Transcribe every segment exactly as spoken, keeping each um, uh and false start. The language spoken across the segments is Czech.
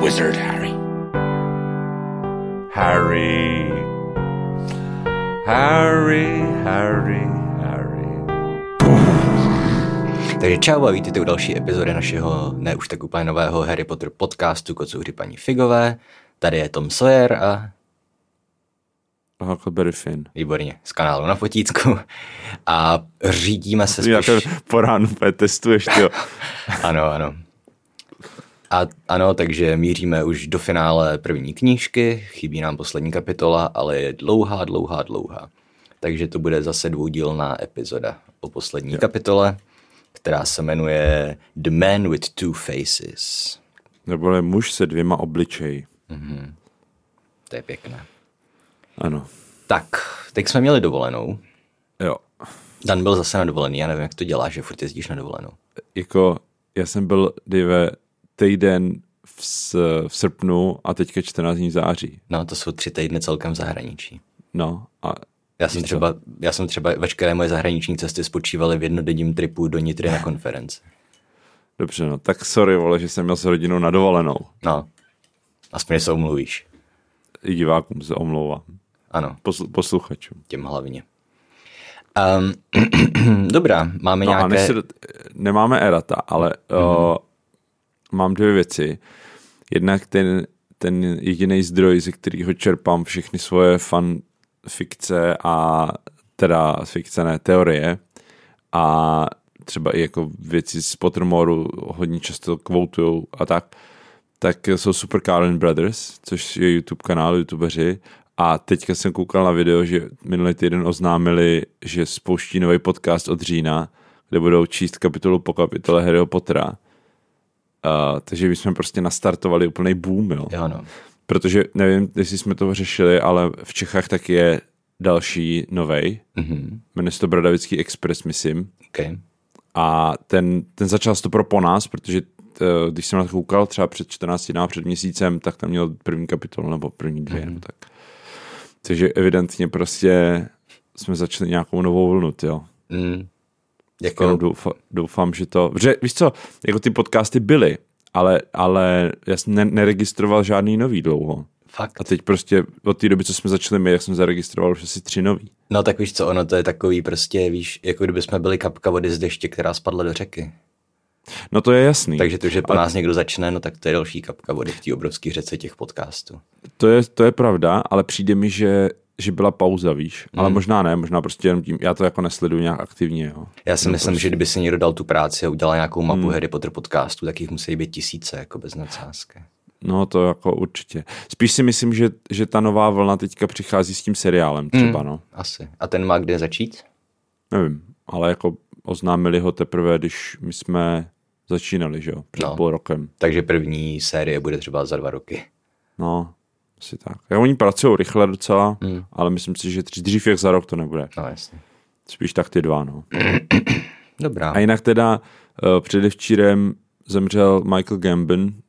wizard, Harry. Harry. Harry, Harry, Harry. Takže čau a vítejte u další epizody našeho ne už tak úplně nového Harry Potter podcastu Kocouři paní Figové. Tady je Tom Sawyer a... Huckleberry Finn. Výborně, z kanálu Na fotícku. A řídíme se spíš... Jako po ránu testuješ, jo. Ano, ano. A ano, takže míříme už do finále první knížky, chybí nám poslední kapitola, ale je dlouhá, dlouhá, dlouhá. Takže to bude zase dvoudílná epizoda o poslední jo. kapitole, která se jmenuje The Man with Two Faces. Nebo je muž se dvěma obličeji. Mhm. To je pěkné. Ano. Tak, teď jsme měli dovolenou. Jo. Dan byl zase na dovolený, já nevím, jak to děláš, že furt jezdíš na dovolenou. Jako, já jsem byl, dejve, týden v, v srpnu a teďka čtrnáct dní v září. No, to jsou tři týdny celkem v zahraničí. No. A já jsem třeba, já jsem třeba, veškeré moje zahraniční cesty spočívaly v jednodenním tripu do Nitry na konferenci. Dobře, no, tak sorry, vole, že jsem měl s rodinou na dovolenou. No, aspoň se omluvíš. I divákům se omlouvám. Ano. Posl- posluchačům. Těm hlavně. Um, dobrá, máme no nějaké... Se, nemáme erata, ale mm-hmm. uh, mám dvě věci. Jednak ten, ten jediný zdroj, ze kterého čerpám všechny svoje fan fikce a teda fikce ne, teorie a třeba i jako věci z Pottermoru hodně často quotujou a tak, tak jsou Super Carlin Brothers, což je YouTube kanál, youtubeři. A teďka jsem koukal na video, že minulý týden oznámili, že spouští nový podcast od října, kde budou číst kapitolu po kapitole Harryho Pottera. Uh, takže bychom prostě nastartovali úplný boom, jo. Jo, no. Protože nevím, jestli jsme to řešili, ale v Čechách taky je další novej. Mm-hmm. Jmenuje se to Bradavický Express, myslím. Okay. A ten, ten začal to pro po nás, protože t, když jsem na to koukal třeba před čtrnácti dny, před měsícem, tak tam měl první kapitolu nebo první dvě. Mm-hmm. Nebo tak. Takže evidentně prostě jsme začali nějakou novou vlnu, jo. Mm. Jako... Doufám, doufám, že to... Protože, víš co, jako ty podcasty byly, ale, ale já jsem ne- neregistroval žádný nový dlouho. Fakt. A teď prostě od té doby, co jsme začali my, jak jsem zaregistroval už asi tři nový. No tak víš co, ono to je takový prostě, víš, jako kdyby jsme byli kapka vody z deště, která spadla do řeky. No to je jasný. Takže to, že po nás někdo začne, no tak to je další kapka vody v té obrovské řece těch podcastů. To je, to je pravda, ale přijde mi, že, že byla pauza, víš. Mm. Ale možná ne, možná prostě jenom tím, já to jako nesleduju nějak aktivně. Jo. Já si no myslím, prostě. Že kdyby si někdo dal tu práci a udělal nějakou mapu mm. Harry Potter podcastu, tak jich musí být tisíce, jako bez nadsázky. No to jako určitě. Spíš si myslím, že, že ta nová vlna teďka přichází s tím seriálem třeba, mm. no. Asi. A ten má kde začít? Nevím, ale jako oznámili ho teprve, když my jsme začínali, že jo, před no. půl rokem. Takže první série bude třeba za dva roky. No, asi tak. Jak oni pracují rychle docela, mm. ale myslím si, že dřív jak za rok to nebude. No jasně. Spíš tak ty dva, no. Dobrá. A jinak teda uh, předevčírem zemřel Michael Gambon uh,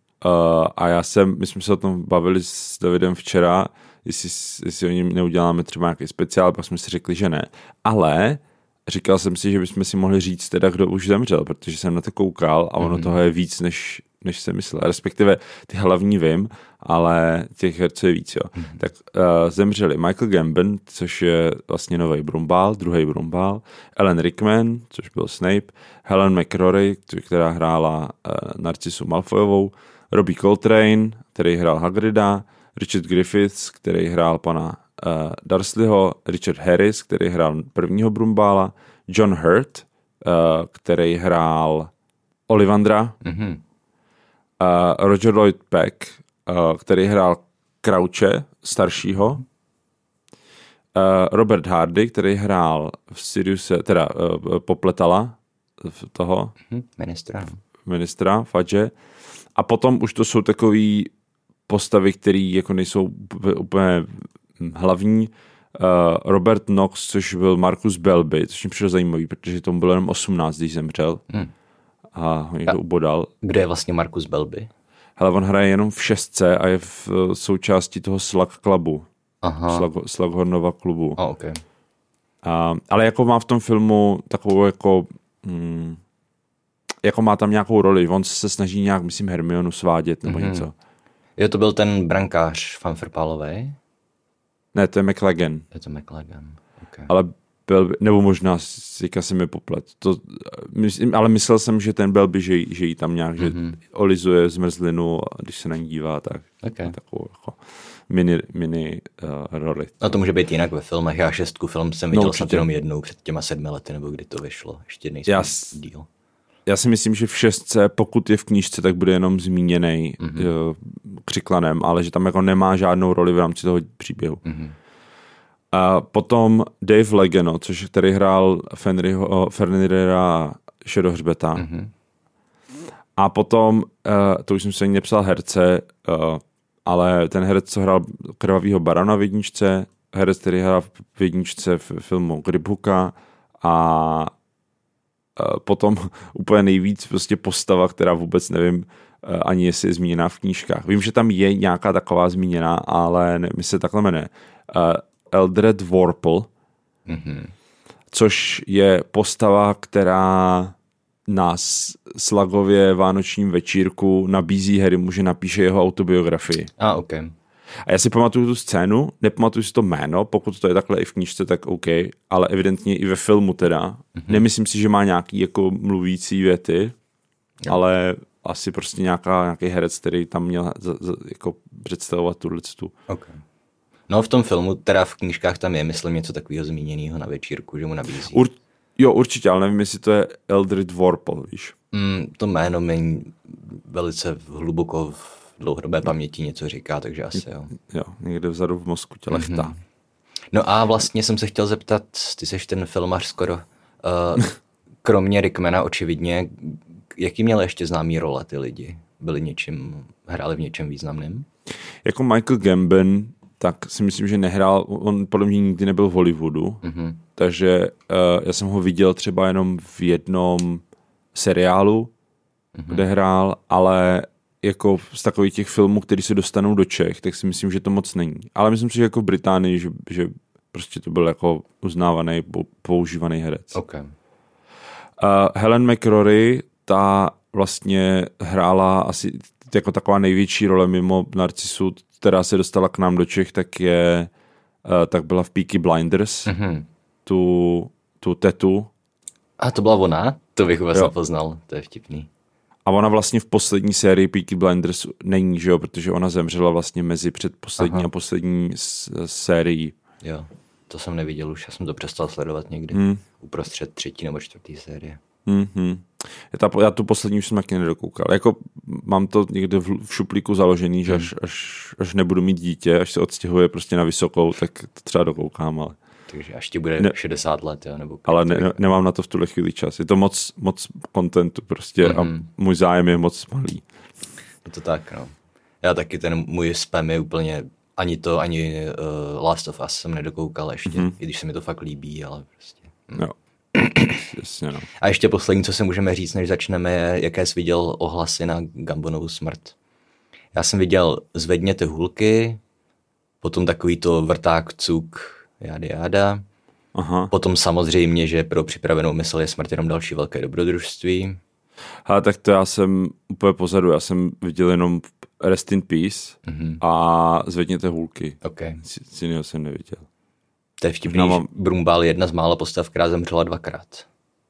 a já jsem, my jsme se o tom bavili s Davidem včera, jestli, jestli o něm neuděláme třeba nějaký speciál, pak jsme si řekli, že ne. Ale říkal jsem si, že bychom si mohli říct teda, kdo už zemřel, protože jsem na to koukal a ono mm-hmm. toho je víc, než, než jsem myslel. Respektive ty hlavní vím, ale těch herců je víc, jo. Mm-hmm. Tak uh, zemřeli Michael Gambon, což je vlastně nový Brumbál, druhý Brumbál, Alan Rickman, což byl Snape, Helen McCrory, která hrála uh, Narcisu Malfoyovou, Robbie Coltrane, který hrál Hagrida, Richard Griffiths, který hrál pana Uh, Dursleyho, Richard Harris, který hrál prvního Brumbála, John Hurt, uh, který hrál Ollivandra, mm-hmm. uh, Roger Lloyd Peck, uh, který hrál Crouche, staršího, uh, Robert Hardy, který hrál v Siriuse, teda uh, Popletala, toho mm-hmm. ministra, ministra Fudge. A potom už to jsou takový postavy, které jako nejsou úplně hlavní. Uh, Robert Knox, což byl Marcus Belby, což mi přišlo zajímavý, protože tomu bylo jenom osmnáct, když zemřel. Hmm. A ho někdo ubodal. Kdo je vlastně Marcus Belby? Hele, on hraje jenom v šestce a je v uh, součástí toho Slug Clubu. Aha. Slug, Slughornova klubu. Oh, okay. uh, ale jako má v tom filmu takovou jako hmm, jako má tam nějakou roli. On se snaží nějak, myslím, Hermionu svádět nebo mm-hmm. něco. Jo, to byl ten brankář Fanferpálovej? Ne, to je McLagan. Je to McLagan, okay. Ale byl by, nebo možná teďka se mi poplet. To, myslím, ale myslel jsem, že ten byl by, že, že jí tam nějak, mm-hmm. že olizuje zmrzlinu a když se na ní dívá, tak okay. takovou jako mini, mini uh, roli. No to může být jinak ve filmech. Já šestku film jsem viděl no, snad jenom jednou před těma sedmi lety, nebo kdy to vyšlo. Ještě nejsem já, díl. Já si myslím, že v šestce, pokud je v knížce, tak bude jenom zmíněný mm-hmm. uh, křiklanem, ale že tam jako nemá žádnou roli v rámci toho příběhu. Mm-hmm. A potom Dave Legeno, což který hrál Fenryho, Fenryra Šedohřbeta. Mm-hmm. A potom, uh, to už jsem se ani nepsal herce, uh, ale ten herec, co hrál Krvavýho barana v jedničce, herec, který hrál v jedničce v filmu Gribhooka a uh, potom úplně nejvíc prostě postava, která vůbec nevím uh, ani jestli je zmíněná v knížkách. Vím, že tam je nějaká taková zmíněná, ale ne, my se takhle jmenuje. Uh, Eldred Worple, mm-hmm. což je postava, která na Slagově vánočním večírku nabízí Harrymu, že napíše jeho autobiografii. A, ah, okay. A já si pamatuju tu scénu, nepamatuju si to jméno, pokud to je takhle i v knížce, tak OK, ale evidentně i ve filmu teda. Mm-hmm. Nemyslím si, že má nějaký jako mluvící věty, no. ale asi prostě nějaká, nějaký herec, který tam měl za, za, jako představovat tuhle tu. Okay. No v tom filmu, teda v knížkách tam je, myslím, něco takového zmíněného na večírku, že mu nabízí. Ur, jo, určitě, ale nevím, jestli to je Eldred Worple, víš. Mm, to jméno mi velice hluboko v dlouhodobé paměti něco říká, takže asi jo. Jo, někde vzadu v mozku tě lechtá. Mm-hmm. No a vlastně jsem se chtěl zeptat, ty seš ten filmař skoro, uh, kromě Rickmana očividně, jaký měl ještě známý role ty lidi? Byli něčím, hráli v něčem významným? Jako Michael Gambon, tak si myslím, že nehrál, on podle mě nikdy nebyl v Hollywoodu, mm-hmm. takže uh, já jsem ho viděl třeba jenom v jednom seriálu, mm-hmm. kde hrál, ale jako z takových těch filmů, které se dostanou do Čech, tak si myslím, že to moc není. Ale myslím si, že jako v Británii, že, že prostě to byl jako uznávaný, používaný herec. Okay. Uh, Helen McCrory, ta vlastně hrála asi jako taková největší role mimo Narcisu, která se dostala k nám do Čech, tak je, uh, tak byla v Peaky Blinders, mm-hmm. tu, tu tetu. A to byla ona? To bych vůbec nepoznal, to je vtipný. A ona vlastně v poslední sérii Peaky Blinders není, že jo, protože ona zemřela vlastně mezi předposlední Aha. a poslední s, sérií. Jo, to jsem neviděl už, já jsem to přestal sledovat někdy, hmm. uprostřed třetí nebo čtvrtý série. Mm-hmm. Já, ta, já tu poslední už jsem taky nedokoukal. Jako mám to někde v, v šuplíku založený, že hmm. až, až, až nebudu mít dítě, až se odstěhuje prostě na vysokou, tak to třeba dokoukám, ale... Takže až ti bude ne, šedesát let, jo? Nebo ale ne, ne, nemám na to v tuhle chvíli čas. Je to moc, moc contentu prostě mm-hmm. a můj zájem je moc malý. Je to tak, no. Já taky ten můj spam je úplně, ani to, ani uh, Last of Us jsem nedokoukal ještě, mm-hmm. i když se mi to fakt líbí, ale prostě... Hm. Jo. Jasně, no. A ještě poslední, co si můžeme říct, než začneme, je, jaké jsi viděl ohlasy na Gambonovu smrt. Já jsem viděl Zvedněte hůlky, potom takový to vrták cuk, jáda, jáda. Aha. Potom samozřejmě, že pro připravenou mysl je smrt jenom další velké dobrodružství. Ale tak to já jsem úplně pozadu, já jsem viděl jenom Rest in Peace mm-hmm. a Zvedněte hůlky. Okay. Z jiného jsem neviděl. To je vtipný, mám... Brumbál je jedna z mála postav, která zemřela dvakrát.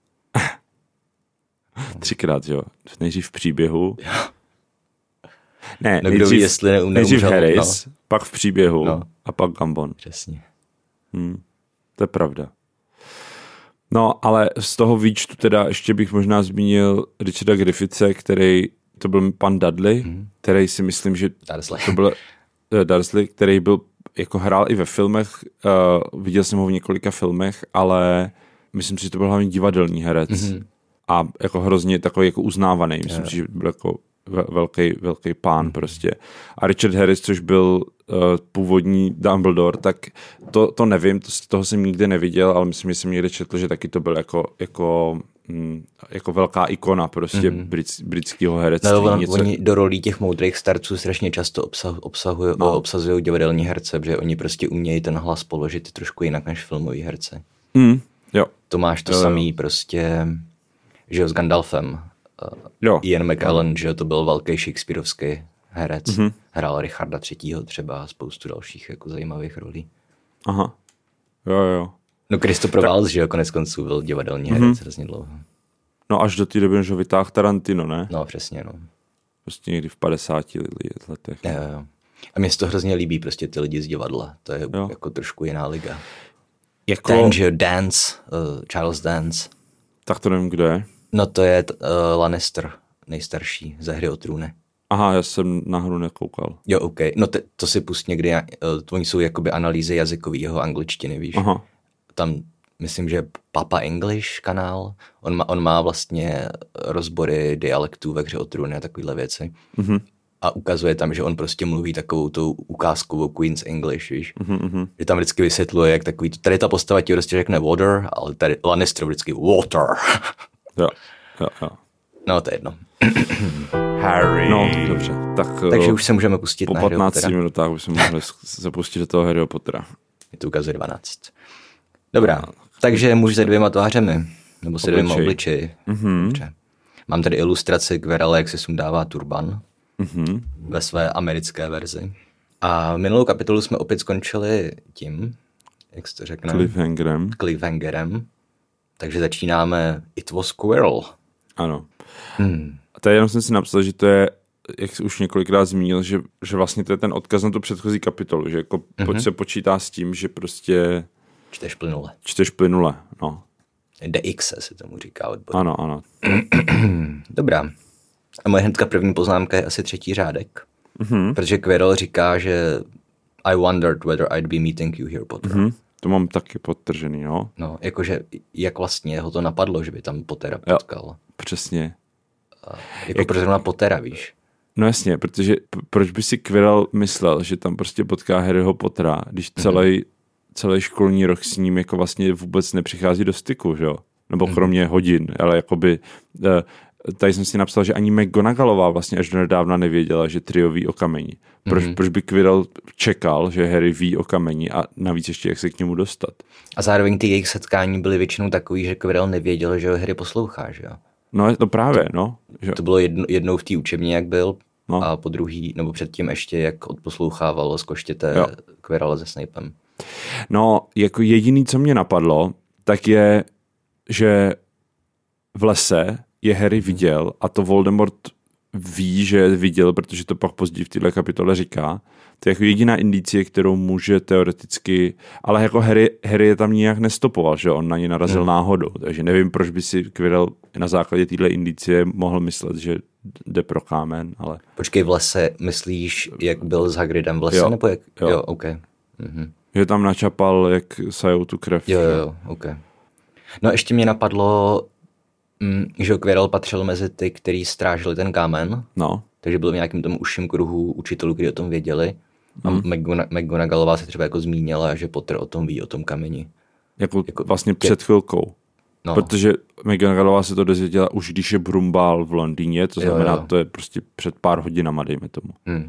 Třikrát, jo. Nejdřív v příběhu. Ne, no, nejdřív, ví, jestli ne, nejdřív Harris, no. pak v příběhu no. a pak Gambon. Přesně. Hmm, to je pravda. No, ale z toho výčtu teda ještě bych možná zmínil Richarda Griffithe, který, to byl pan Dudley, hmm. který si myslím, že Dursley. to byl uh, Dursley, který byl, jako hrál i ve filmech, uh, viděl jsem ho v několika filmech, ale myslím si, že to byl hlavně divadelní herec. Hmm. A jako hrozně takový jako uznávaný, myslím si, že byl jako velký, velký pán prostě. A Richard Harris, což byl uh, původní Dumbledore, tak to, to nevím, to, toho jsem nikdy neviděl, ale myslím, že jsem někde četl, že taky to byl jako, jako, mm, jako velká ikona prostě mm-hmm. brit, britského herectví. No, on, něco... Oni do rolí těch moudrých starců strašně často obsah, obsahují, no. obsazují divadelní herce, protože oni prostě umějí ten hlas položit trošku jinak než filmoví herce. Mm, jo. To máš to jo, samý jo. prostě, že jo, s Gandalfem. Jo. Ian McKellen, že to byl velký shakespearovský herec. Mm-hmm. Hrál Richarda třetího třeba a spoustu dalších jako zajímavých rolí. Aha. Jo, jo. No Christopher tak... Waltz, že jo, konec konců byl divadelní herec mm-hmm. hrozně dlouho. No až do té doby, než ho vytáhl Tarantino, ne? No přesně, no. Prostě někdy v padesáti letech. Jo, jo. A mně se to hrozně líbí, prostě ty lidi z divadla. To je jo. jako trošku jiná liga. Jako... Danger Dance, uh, Charles Dance. Tak to nevím, kdo je. No to je uh, Lannister, nejstarší ze Hry o trůny. Aha, já jsem na hru nekoukal. Jo, OK. No te, to si pust někdy, uh, to jsou jakoby analýzy jazykový, jeho angličtiny, víš. Aha. Tam, myslím, že Papa English kanál, on má, on má vlastně rozbory dialektů ve Hře o trůny a takovýhle věci. Mhm. A ukazuje tam, že on prostě mluví takovou tou ukázkovou Queen's English, víš. Mm-hmm. Že tam vždycky vysvětluje, jak takový, tady ta postava ti prostě řekne water, ale tady Lannister vždycky water. Jo, jo, jo. No, to je jedno. Harry. No, dobře. Tak, Takže už se můžeme pustit po na Harryho patnácti minutách bychom mohli se pustit do toho Harryho Pottera. Je to ukazuje dvanáct. Dobrá, no. Takže muž se dvěma tvářemi, nebo se dvěma obličeji. Mm-hmm. Dobře. Mám tady ilustraci Quirrella, jak se sundává turban. Mm-hmm. Ve své americké verzi. A minulou kapitolu jsme opět skončili tím, jak se to řekne? Cliffhangerem. Cliffhangerem. Takže začínáme It was Quirrell. Ano. Hmm. A tady jenom jsem si napsal, že to je, jak jsi už několikrát zmínil, že, že vlastně to je ten odkaz na tu předchozí kapitolu, že jako mm-hmm. se počítá s tím, že prostě čteš plynule. Čteš plynule, no. D X se tomu říká odborně. Ano, ano. Dobrá. A moje hnedka první poznámka je asi třetí řádek. Mm-hmm. Protože Quirrell říká, že I wondered whether I'd be meeting you here, Potter. Mm-hmm. To mám taky podtržený, jo. No, jakože jak vlastně ho to napadlo, že by tam Pottera potkal. Jo, přesně. A jako jak... proč zrovna Pottera, víš? No jasně, protože p- proč by si Quirrell myslel, že tam prostě potká Harryho Pottera, když celý, mm-hmm. celý školní rok s ním jako vlastně vůbec nepřichází do styku, že jo? Nebo kromě mm-hmm. hodin, ale jakoby... Uh, tady jsem si napsal, že ani McGonagallová vlastně až do nedávna nevěděla, že trio ví o kameni. Proč, mm-hmm. proč by Quirrell čekal, že Harry ví o kameni a navíc ještě jak se k němu dostat? A zároveň ty jejich setkání byly většinou takový, že Quirrell nevěděl, že ho Harry poslouchá, že jo? No to právě, no. Že... To bylo jedno, jednou v té učebně, jak byl, no. A po druhý, nebo předtím ještě, jak odposlouchával z koštěte Quirrella se Snapem. No, jako jediný, co mě napadlo, tak je, že v lese je Harry viděl a to Voldemort ví, že viděl, protože to pak později v této kapitole říká. To je jako jediná indicie, kterou může teoreticky, ale jako Harry, Harry je tam nijak nestopoval, že on na ně narazil hmm. náhodou, takže nevím, proč by si Quirrell na základě téhle indicie mohl myslet, že jde pro kámen, ale... Počkej, v lese myslíš, jak byl s Hagridem v lese, jo, nebo jak? Jo, jo ok. Mhm. Že tam načapal, jak sajou tu krev. Jo, jo, ok. No ještě mě napadlo, že Quirrell patřil mezi ty, kteří strážili ten kámen. No. Takže byl v nějakém tom užším kruhu učitelů, kteří o tom věděli. A mm. McGonagallová se třeba jako zmínila, že Potter o tom ví, o tom kameni. Jako, jako vlastně tě... před chvilkou. No. Protože McGonagallová se to dozvěděla už když je Brumbál v Londýně, to znamená, jo, jo. to je prostě před pár hodinama, dejme tomu. Mm.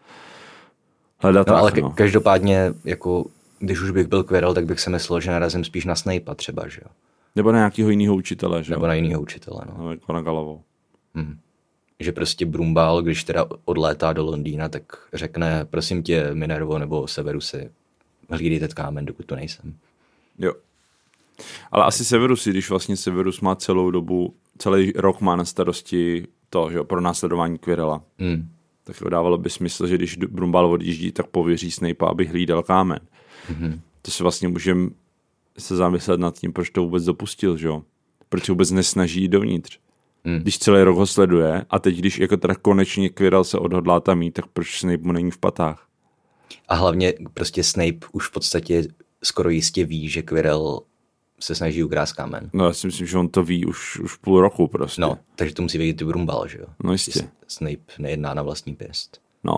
Hledat no, tak, ale no. každopádně, jako, když už bych byl Quirrell, tak bych se myslel, že narazím spíš na Snape'a třeba, že jo. Nebo na nějakého jiného učitele, že jo? Nebo na jiného učitele, no. Nebo na Galovou. Hmm. Že prostě Brumbál, když teda odlétá do Londýna, tak řekne, prosím tě, Minervo nebo Severusi, hlídejte kámen, dokud tu nejsem. Jo. Ale asi Severus, když vlastně Severus má celou dobu, celý rok má na starosti to, že jo, pro následování Quirrella. Hmm. Tak dávalo by smysl, že když Brumbál odjíždí, tak pověří Snape'a, aby hlídal kámen. Hmm. To se vlastně můžeme se zamyslet nad tím, proč to vůbec dopustil, že jo? Proč vůbec nesnaží jít dovnitř. Hmm. Když celý rok ho sleduje a teď, když jako teda konečně Quirrell se odhodlá tam jít, tak proč Snape mu není v patách? A hlavně prostě Snape už v podstatě skoro jistě ví, že Quirrell se snaží ukrást kámen. No já si myslím, že on to ví už, už půl roku prostě. No, takže to musí vědět i Brumbál, že jo? No jistě. Snape nejedná na vlastní pěst. No.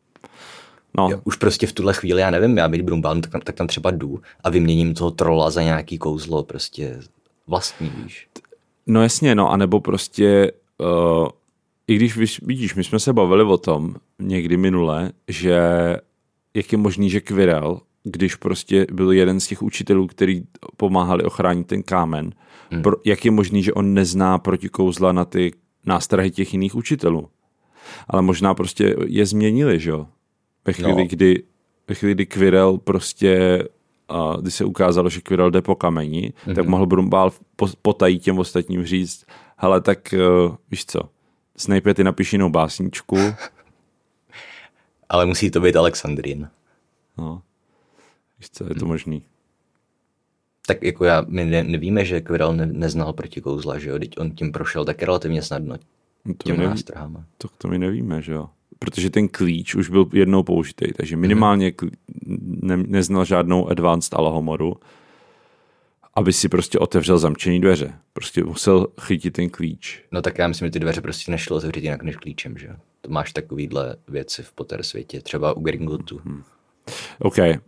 No. Jo, už prostě v tuhle chvíli, já nevím, já být Brumbál, tak, tak tam třeba jdu a vyměním toho trolla za nějaký kouzlo, prostě vlastní, víš. No jasně, no, anebo prostě, uh, i když vidíš, my jsme se bavili o tom někdy minule, že jak je možný, že Quirrell, když prostě byl jeden z těch učitelů, který pomáhali ochránit ten kámen, hmm. pro, jak je možný, že on nezná protikouzla na ty nástrahy těch jiných učitelů. ale možná prostě je změnili, že jo? Ve chvíli, No. kdy, ve chvíli, kdy Quirrell prostě, uh, když se ukázalo, že Quirrell jde po kameni, mm-hmm. tak mohl Brumbál po, potají těm ostatním říct, hele, tak uh, víš co, Snape, ty napiš jinou básničku. Ale musí to být Alexandrín. No, víš co, je to možný. Tak jako já, my ne, nevíme, že Quirrell ne, neznal protikouzla, že jo? Teď on tím prošel tak relativně snadno těmi nástrahama. To, to my nevíme, že jo? Protože ten klíč už byl jednou použitý, takže minimálně mm-hmm. ne, neznal žádnou advanced Alahomoru, aby si prostě otevřel zamčený dveře. Prostě musel chytit ten klíč. No tak já myslím, že ty dveře prostě nešlo otevřít jinak než klíčem, že jo? To máš takovýhle věci v Potter světě, třeba u Gringottu. Hmm. OK. Uh,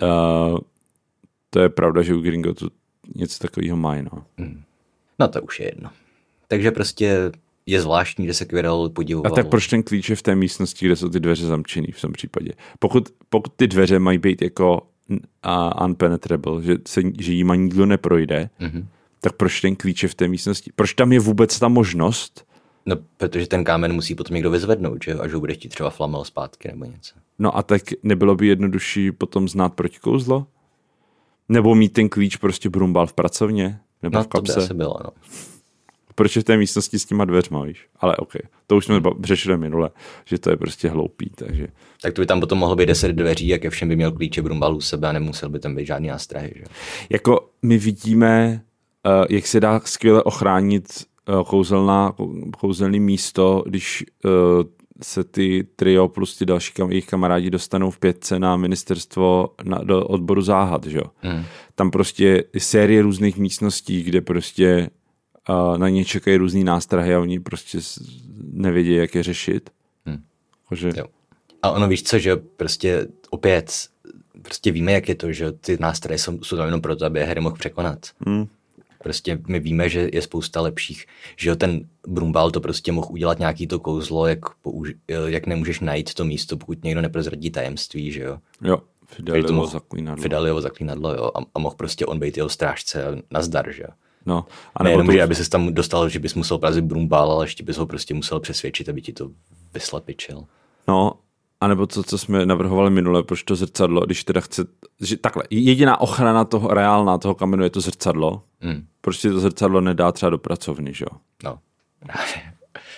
to je pravda, že u Gringottu něco takového mají, no. Hmm. No to už je jedno. Takže prostě je zvláštní, že se Quirrell podivoval. A tak proč ten klíč je v té místnosti, kde jsou ty dveře zamčený v tom případě? Pokud, pokud ty dveře mají být jako uh, unpenetrable, že, se, že jí nikdo neprojde, mm-hmm. tak proč ten klíč je v té místnosti? Proč tam je vůbec ta možnost? No, protože ten kámen musí potom někdo vyzvednout, že? Až ho bude chtít třeba Flamel zpátky nebo něco. No a tak nebylo by jednodušší potom znát protikouzlo? Nebo mít ten klíč prostě Brumbál v pracovně? Nebo no, v kapse? To by asi bylo, no. Proč je v té místnosti s těma dveřma, víš? Ale OK, to už jsme hmm. řešili minule, že to je prostě hloupý, takže... Tak to by tam potom mohlo být deset dveří a ke všem by měl klíče Brumbál u sebe a nemusel by tam být žádný nástrahy, že? Jako my vidíme, uh, jak se dá skvěle ochránit uh, kouzelná, kouzelný místo, když uh, se ty trio plus ty další kam, jejich kamarádi dostanou v pětce na ministerstvo na, do odboru záhad, že jo? Hmm. Tam prostě je série různých místností, kde prostě uh, na ně čekají různý nástrahy a oni prostě nevědí, jak je řešit. Hmm. Že... Jo. A ono víš co, že prostě opět prostě víme, jak je to, že ty nástroje jsou, jsou tam jenom proto, aby Harry mohl překonat. Hmm. Prostě my víme, že je spousta lepších, že jo, ten Brumbál to prostě mohl udělat nějaký to kouzlo, jak, použi- jak nemůžeš najít to místo, pokud někdo neprozradí tajemství, že jo. Jo, Fideliovo zaklínadlo. Fideliovo zaklínadlo, jo, a, a mohl prostě on být jeho strážce a nazdar, že jo. No, a nejenom, to... že aby ses tam dostal, že bys musel porazit Brumbál, ale ještě bys ho prostě musel přesvědčit, aby ti to vyslepičil. No, a nebo to, co jsme navrhovali minule, proč to zrcadlo, když teda chce, že takhle, jediná ochrana toho reálná toho kamenu je to zrcadlo, mm. proč si to zrcadlo nedá třeba do pracovny, že jo? No, právě.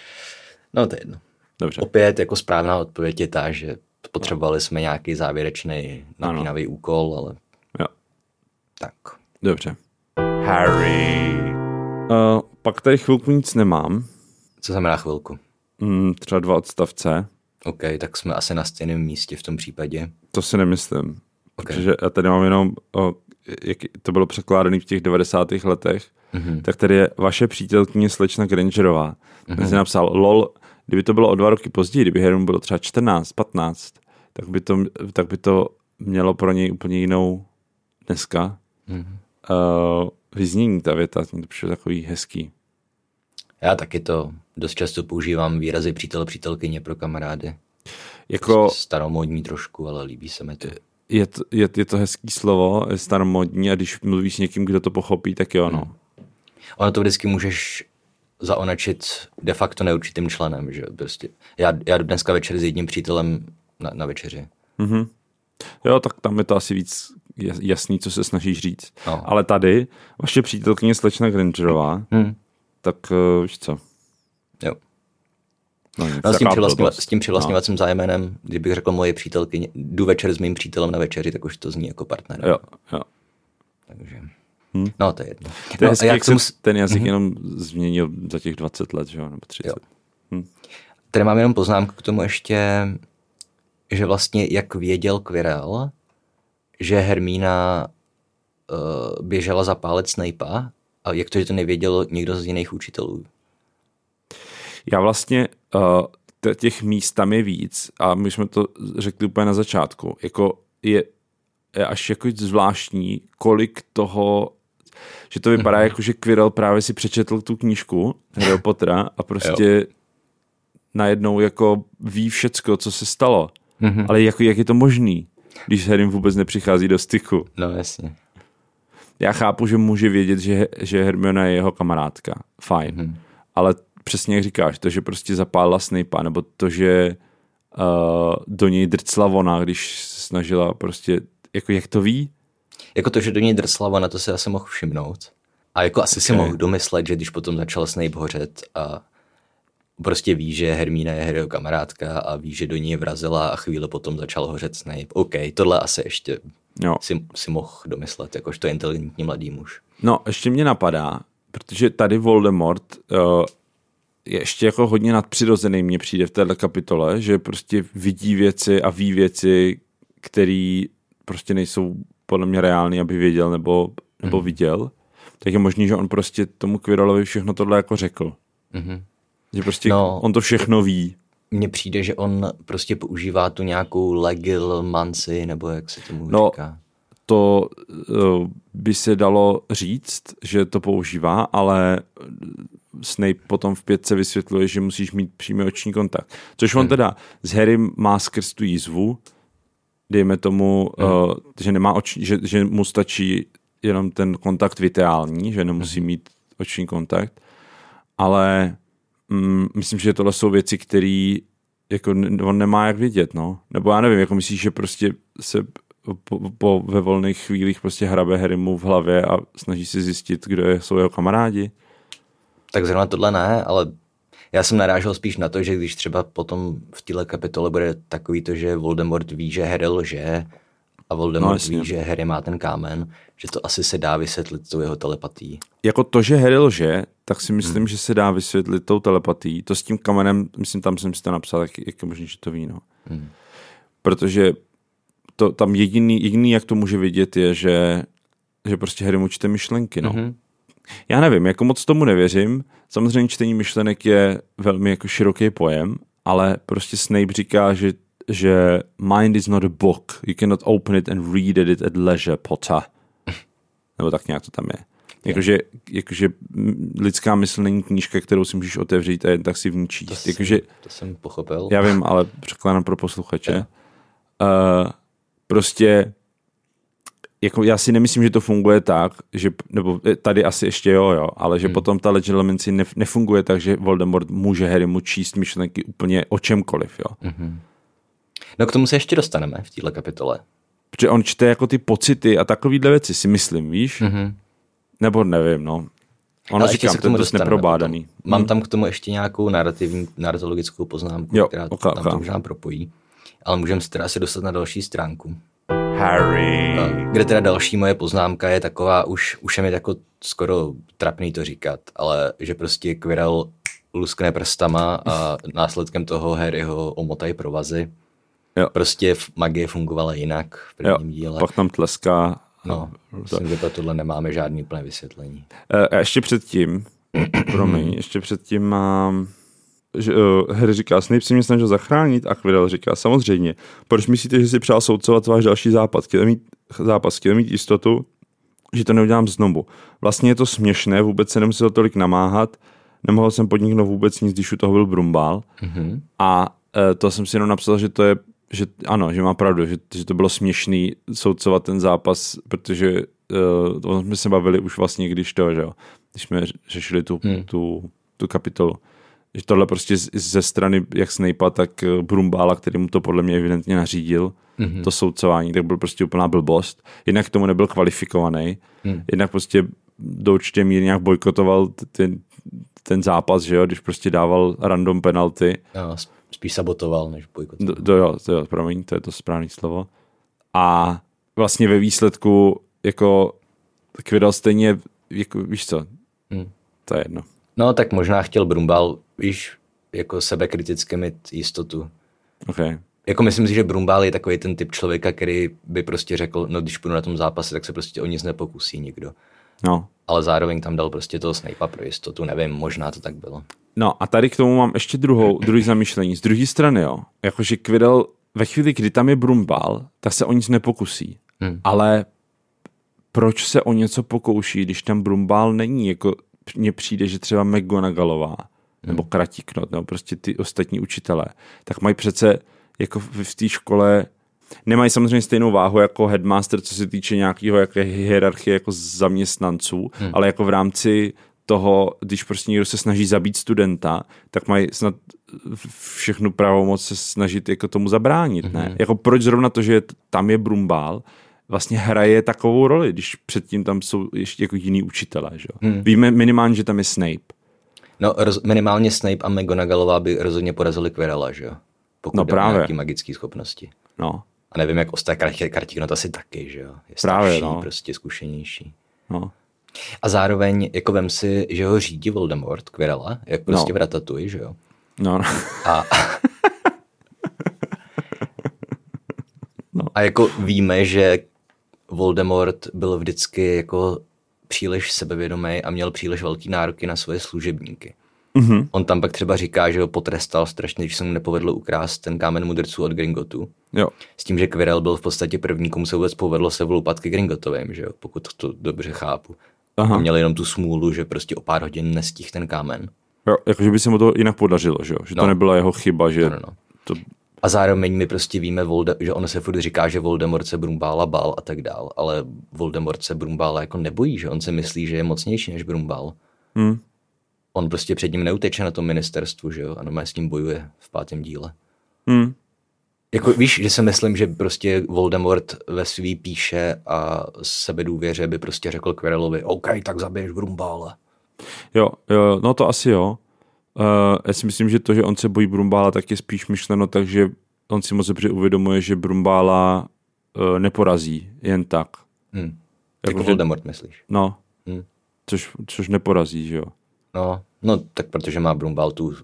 No to je jedno. Dobře. Opět jako správná odpověď je ta, že potřebovali jsme nějaký závěrečný napínavý ano. úkol, ale jo. Tak. Dobře. Harry. Uh, pak tady chvilku nic nemám. Co znamená chvilku? Mm, třeba dva odstavce. OK, tak jsme asi na stejném místě v tom případě. To si nemyslím. Okay. Protože já tady mám jenom, o, jak to bylo překládané v těch devadesátých letech, mm-hmm. tak tady je vaše přítelkyně slečna Grangerová. Mm-hmm. Ten si napsal, lol, kdyby to bylo o dva roky později, kdyby Harry bylo třeba čtrnáct, patnáct, tak by to, tak by to mělo pro něj úplně jinou dneska. Mm-hmm. Uh, vyznění ta věta, to je takový hezký. Já taky to dost často používám výrazy přítel, přítelkyně pro kamarády. Jako staromódní trošku, ale líbí se mi to. Je to, je, je to hezký slovo, je staromódní a když mluvíš s někým, kdo to pochopí, tak jo, no. Hmm. Ono to vždycky můžeš zaonačit de facto neurčitým členem, že prostě. Já, já jdu dneska večer s jedním přítelem na, na večeři. Mm-hmm. Jo, tak tam je to asi víc jasný, co se snažíš říct. No. Ale tady, vaše přítelkyně slečna Grangerová, hmm. tak uh, víš co? Jo. No, nic, no, s, tím přivlastňova, s tím přivlastňovacím no. zájmenem, kdybych řekl moje přítelkyně, jdu večer s mým přítelem na večeři, tak už to zní jako partner. Jo, jo. Takže, hmm. no to je jedno. To je no, hezký, jak tomu... se ten jazyk mm-hmm. jenom změnil za těch dvacet let, že jo, nebo třicet. Hm. Tady mám jenom poznámku k tomu ještě, že vlastně jak věděl Quirrell, že Hermína uh, běžela za pálec Snape'a, a jak to, že to nevěděl někdo z jiných učitelů? Já vlastně uh, těch míst tam je víc a my jsme to řekli úplně na začátku. Jako je, je až jako zvláštní, kolik toho, že to vypadá mm-hmm. jako, že Quirrell právě si přečetl tu knížku Harryho Pottera a prostě najednou jako ví všecko, co se stalo. Mm-hmm. Ale jako, jak je to možný, když s Harrym vůbec nepřichází do styku? No jasně. Já chápu, že může vědět, že, že Hermiona je jeho kamarádka. Fajn. Mm-hmm. Ale přesně jak říkáš, to, že prostě zapálila Snape'a, nebo to, že uh, do něj drcla ona, když se snažila prostě, jako jak to ví? Jako to, že do něj drcla ona, to se asi mohl všimnout. A jako asi okay. si mohl domyslet, že když potom začal Snape hořet a prostě ví, že Hermína je Harryho kamarádka a ví, že do ní vrazila a chvíli potom začal hořet Snape. OK, tohle asi ještě jo. si, si mohl domyslet, jakožto inteligentní mladý muž. No, ještě mě napadá, protože tady Voldemort uh, je ještě jako hodně nadpřirozený, mně přijde v této kapitole, že prostě vidí věci a ví věci, které prostě nejsou podle mě reální, aby věděl nebo, nebo mm. viděl. Tak je možný, že on prostě tomu Quirrellovi všechno tohle jako řekl. Mm-hmm. Že prostě no, on to všechno ví. Mně přijde, že on prostě používá tu nějakou legilmanci, nebo jak se tomu no, říká. To uh, by se dalo říct, že to používá, ale Snape potom v pětce vysvětluje, že musíš mít přímý oční kontakt. Což on hmm. teda s Harrym má skrz tu jízvu, dejme tomu, hmm. uh, že, nemá oční, že, že mu stačí jenom ten kontakt viteální, že nemusí hmm. mít oční kontakt, ale mm, myslím, že tohle jsou věci, které jako on nemá jak vidět, no. Nebo já nevím, jako myslíš, že prostě se po, po, ve volných chvílích prostě hrabe Harrymu v hlavě a snaží si zjistit, kdo je, jsou jeho kamarádi? Tak zrovna tohle ne, ale já jsem narážel spíš na to, že když třeba potom v téhle kapitole bude takový to, že Voldemort ví, že Harry lže a Voldemort no, ví, že Harry má ten kámen, že to asi se dá vysvětlit tou jeho telepatií. Jako to, že Harry lže, tak si myslím, hmm. že se dá vysvětlit tou telepatií. To s tím kamenem, myslím, tam jsem si to napsal, jak, jak je možný, že to ví, no. Hmm. Protože to tam jediný, jediný, jak to může vidět, je, že, že prostě Harry mu čte myšlenky, no. Hmm. Já nevím, jako moc tomu nevěřím. Samozřejmě čtení myšlenek je velmi jako široký pojem, ale prostě Snape říká, že, že mind is not a book. You cannot open it and read it at leisure, Potter. Nebo tak nějak to tam je. Jakože, jakože lidská mysl není knížka, kterou si můžeš otevřít a jen tak si v ní číst. To, jakože, jsem, to jsem pochopil. Já vím, ale překládám pro posluchače. Uh, prostě jako já si nemyslím, že to funguje tak, že, nebo tady asi ještě jo, jo, ale že hmm. potom ta legitimacy nef, nefunguje tak, že Voldemort může Harrymu číst myšlenky úplně o čemkoliv, jo. Mm-hmm. No k tomu se ještě dostaneme v této kapitole. Protože on čte jako ty pocity a takovýhle věci, si myslím, víš? Mm-hmm. Nebo nevím, no. Ono říkám, to je dost neprobádaný. Potom. Mám hmm. tam k tomu ještě nějakou narrativní, narratologickou poznámku, jo, která okay, tam okay. to možná propojí. Ale můžeme se teda asi dostat na další stránku. Harry. Kde teda další moje poznámka je taková, už, už je mi jako skoro trapný to říkat, ale že prostě Quirrell luskne prstama a následkem toho Harryho omotají provazy. Jo. Prostě magie fungovala jinak v prvním jo, díle. Pak tam tleská. No, myslím, že pro tohle nemáme žádný plné vysvětlení. A ještě předtím, promiň, ještě předtím mám... Že, uh, Harry říká, Snape si mě snažil zachránit a Quirrell říká, samozřejmě, proč myslíte, že si přál soudcovat váš další západ? Chtěl mít, zápas, chtěl mít jistotu, že to neudělám znovu. Vlastně je to směšné, vůbec se nemusel tolik namáhat, nemohl jsem podniknout vůbec nic, když u toho byl Brumbál. Mm-hmm. A uh, to jsem si jenom napsal, že to je, že ano, že má pravdu, že, že to bylo směšný soudcovat ten zápas, protože uh, jsme se bavili už vlastně, když to, že jo, když jsme řešili tu, hmm. tu, tu kapitolu. Že tohle prostě ze strany jak Snape'a, tak Brumbála, který mu to podle mě evidentně nařídil, mm-hmm. to soudcování, tak byl prostě úplná blbost. Jednak k tomu nebyl kvalifikovaný, mm. jednak prostě do určitě míry nějak bojkotoval ten, ten zápas, že jo, když prostě dával random penalty. No, spíš sabotoval, než bojkotoval. Do, do, jo, to jo, promiň, to je to správné slovo. A vlastně ve výsledku jako Quirrell stejně, jako, víš co, mm. to je jedno. No, tak možná chtěl Brumbál, víš, jako sebekriticky mít jistotu. Okay. Jako myslím si, že Brumbál je takový ten typ člověka, který by prostě řekl, no když půjdu na tom zápase, tak se prostě o nic nepokusí nikdo. No. Ale zároveň tam dal prostě toho Snape'a pro jistotu, nevím, možná to tak bylo. No a tady k tomu mám ještě druhou, druhý zamýšlení. Z druhé strany, jo, jakože Quirrell, ve chvíli, kdy tam je Brumbál, tak se o nic nepokusí. Hmm. Ale proč se o něco pokouší, když tam Brumbál není, jako mně přijde, že třeba McGonagallová nebo Kratiknot, nebo prostě ty ostatní učitelé, tak mají přece jako v té škole, nemají samozřejmě stejnou váhu jako headmaster, co se týče nějakého jaké hierarchie jako zaměstnanců, hmm. ale jako v rámci toho, když prostě někdo se snaží zabít studenta, tak mají snad všechnu pravomoc se snažit jako tomu zabránit, mm-hmm. ne? Jako proč zrovna to, že tam je Brumbál, vlastně hraje takovou roli, když předtím tam jsou ještě jako jiný učitelé, že jo? Mm. Víme minimálně, že tam je Snape. No roz, minimálně Snape a McGonagallová by rozhodně porazili Quirrella, že jo? Pokud no právě. Nějaký magický schopnosti. No. A nevím, jak ostatní karti, no to asi taky, že jo? Je právě, starší, no. prostě zkušenější. No. A zároveň, jako vem si, že ho řídí Voldemort, Quirrella, jak prostě no. v Ratatouille, že jo? No, no. A... no. A jako víme, že Voldemort byl vždycky jako příliš sebevědomý a měl příliš velký nároky na svoje služebníky. Mm-hmm. On tam pak třeba říká, že ho potrestal strašně, když se mu nepovedlo ukrást ten kámen mudrců od Gringottu. Jo. S tím, že Quirrell byl v podstatě první, komu se vůbec povedlo se vloupat ke Gringottovým, že jo, pokud to dobře chápu. Aha. A měl jenom tu smůlu, že prostě o pár hodin nestihl ten kámen. Jo, jakože by se mu to jinak podařilo, že jo? Že no. to nebyla jeho chyba, že... No, no, no. To... A zároveň my prostě víme, Volde- že on se furt říká, že Voldemort se Brumbála bál a tak dál, ale Voldemort se Brumbála jako nebojí, že on si myslí, že je mocnější než Brumbál. Hmm. On prostě před ním neuteče na tom ministerstvu, že jo, a normálně s ním bojuje v pátém díle. Hmm. Jako víš, že si myslím, že prostě Voldemort ve svý píše a sebedůvěře by prostě řekl Quirrellovi, OK, tak zabiješ Brumbála. Jo, jo, no to asi jo. Uh, já si myslím, že to, že on se bojí Brumbála, tak je spíš myšleno tak, že on si moc dobře uvědomuje, že Brumbála uh, neporazí jen tak. Hmm. Jako, jako Voldemort, myslíš? No, hmm. což, což neporazí, že jo. No, no, tak protože má Brumbál tu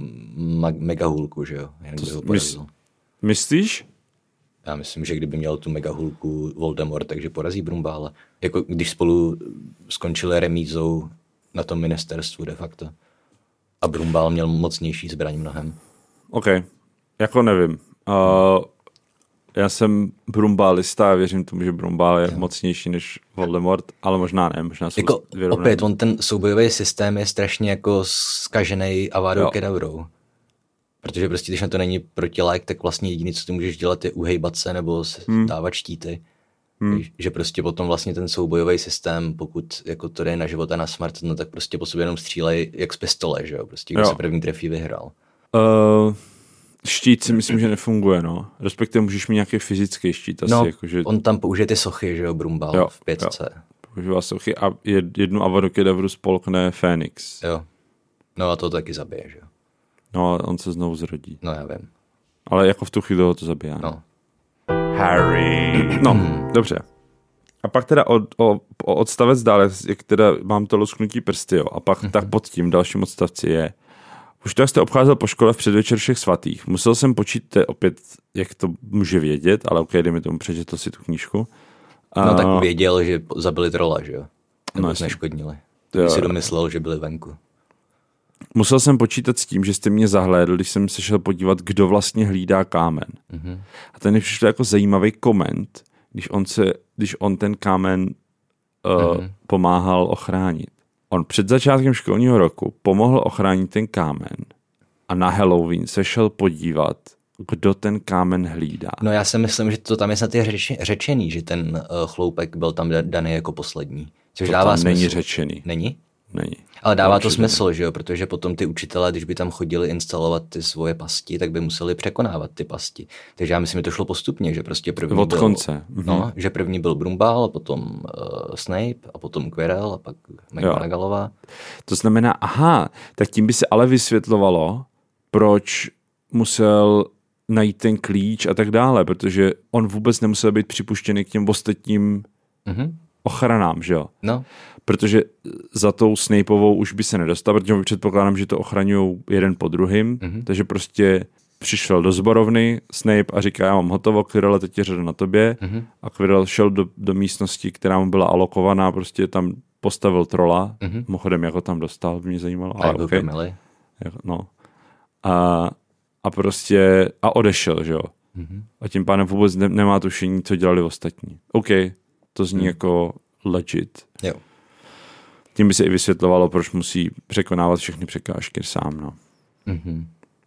ma- megahulku, že jo. To, mys- myslíš? Já myslím, že kdyby měl tu megahulku Voldemort, takže porazí Brumbála. Jako když spolu skončili remízou na tom ministerstvu de facto. A Brumbál měl mocnější zbraň mnohem. OK, jako nevím. Uh, já jsem Brumbálista a věřím tomu, že Brumbál je jo. mocnější než Voldemort, ale možná ne, možná jsou jako opět, on ten soubojový systém je strašně jako zkažený Avada Kedavrou. Protože prostě, když na to není protilák, tak vlastně jediné, co ty můžeš dělat, je uhejbat se nebo hmm. dávat štíty. Hmm. Že prostě potom vlastně ten soubojový systém, pokud jako to jde na život a na smrt, no tak prostě po sobě jenom střílej jak z pistole, že jo? Prostě kdo jo. se první trefí, vyhrál. Uh, štít si myslím, že nefunguje, no. Respektive můžeš mít nějaký fyzický štít asi. No, jako, že... on tam použije ty sochy, že jo, Brumbál jo, v pětce. Jo. Používá sochy a jednu Avada Kedavru spolkne Fénix. Jo. No a to taky zabije, že jo. No a on se znovu zrodí. No já vím. Ale jako v tu chvíli ho to zabije. No. Harry. No, hmm. dobře. A pak teda o, o, o odstavec dále, jak teda mám to lusknutí prsty, jo. A pak hmm. tak pod tím dalším odstavci je. Už tak jste obcházel po škole v předvečer všech svatých. Musel jsem počítat opět, jak to může vědět, ale ok, dej mi tomu, přečetl si tu knížku. No a... tak věděl, že zabili trola, že jo? Nebo no, neškodnili. Když si domyslel, že byli venku. Musel jsem počítat s tím, že jste mě zahlédl, když jsem se šel podívat, kdo vlastně hlídá kámen. Mm-hmm. A ten mi přišel jako zajímavý koment, když on, se, když on ten kámen uh, mm-hmm. pomáhal ochránit. On před začátkem školního roku pomohl ochránit ten kámen a na Halloween se šel podívat, kdo ten kámen hlídá. No já si myslím, že to tam je snad řeč, řečený, že ten uh, chloupek byl tam daný jako poslední. Což to dává tam smysl. není řečený. Není? Není. Ale dává to smysl, že jo, protože potom ty učitelé, když by tam chodili instalovat ty svoje pasti, tak by museli překonávat ty pasti. Takže já myslím, že to šlo postupně, že prostě první od byl... konce. No, že první byl Brumbál, potom uh, Snape, a potom Quirrell, a pak McGonagallová. To znamená, aha, tak tím by se ale vysvětlovalo, proč musel najít ten klíč a tak dále, protože on vůbec nemusel být připuštěný k těm ostatním mm-hmm. ochranám, že jo? No. Protože za tou Snapeovou už by se nedostal, protože předpokládám, že to ochraňují jeden po druhým, mm-hmm. takže prostě přišel do sborovny Snape a říká, já mám hotovo, Quirrell, teď je řada na tobě mm-hmm. a Quirrell šel do, do místnosti, která mu byla alokovaná, prostě tam postavil trola, mm-hmm. mimochodem, jak ho tam dostal, by mě zajímalo. A jak okay. ho No. A, a prostě, a odešel, že jo. Mm-hmm. A tím pádem vůbec ne, nemá tušení, co dělali ostatní. OK, to zní mm. jako legit. Jo. Tím by se i vysvětlovalo, proč musí překonávat všechny překážky sám, no. Mm-hmm.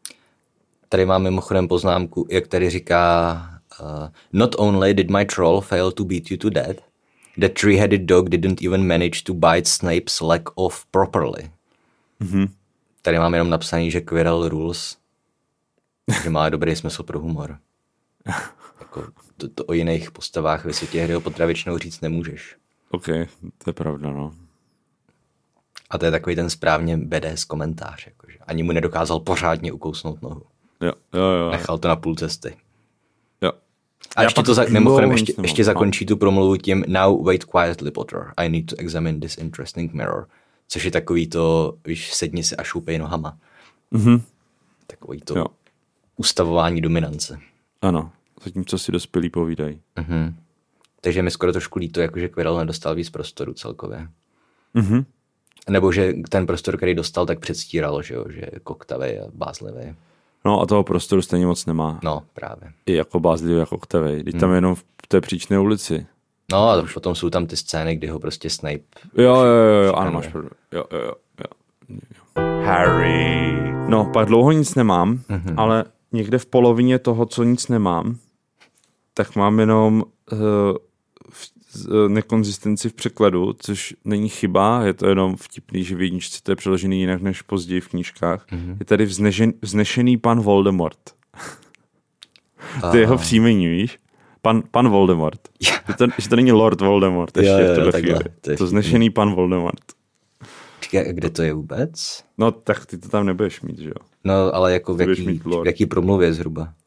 Tady mám mimochodem poznámku, jak tady říká uh, not only did my troll fail to beat you to death, The three-headed dog didn't even manage to bite Snape's leg off properly. Mhm. Tady mám jenom napsaný, že Quirrell rules, že má dobrý smysl pro humor. Jako, to, to o jiných postavách ve světě hry o potravičnou říct nemůžeš. OK, to je pravda, no. A to je takový ten správně badass komentář. Jakože. Ani mu nedokázal pořádně ukousnout nohu. Jo, jo, jo. Nechal to na půl cesty. Jo. A Já ještě pak to za, mimochodem, ještě, nemám, ještě no. zakončí tu promluvu tím Now wait quietly, Potter. I need to examine this interesting mirror. Což je takový to, víš, sedni si a šoupej nohama. Mhm. Takový to Jo. ustavování dominance. Ano, zatímco si dospělí povídají. Mhm. Takže mi skoro trošku líto, jakože Quirrell nedostal víc prostoru celkově. Mhm. Nebo že ten prostor, který dostal, tak předstíral, že, jo, že je koktavej a bázlivý. No a toho prostoru stejně moc nemá. No, právě. I jako bázlivý, jako ktevej. Teď tam je jenom v té příčné ulici. No a potom jsou tam ty scény, kdy ho prostě Snape... Jo, jo, jo, jo, ano, šikanuje. máš pravdu. Jo, jo, jo, jo. Harry. No, pak dlouho nic nemám, mm-hmm. ale někde v polovině toho, co nic nemám, tak mám jenom uh, uh, nekonzistenci v překladu, což není chyba, je to jenom vtipný, že v jedničce to je přeložený jinak než později v knížkách. Mm-hmm. Je tady vznešen, vznešený pan Voldemort. To je jeho příjmení, víš? Pan, pan Voldemort. Yeah. Že, to, že to není Lord Voldemort ještě Jo, jo, v tuhle takhle. chvíli. To je To vtipný. vznešený pan Voldemort. Čekaj, kde to je vůbec? No tak ty to tam nebudeš mít, že jo? No, ale jako v Budeš jaký, mít lore. v jaký promluvě zhruba? Uh,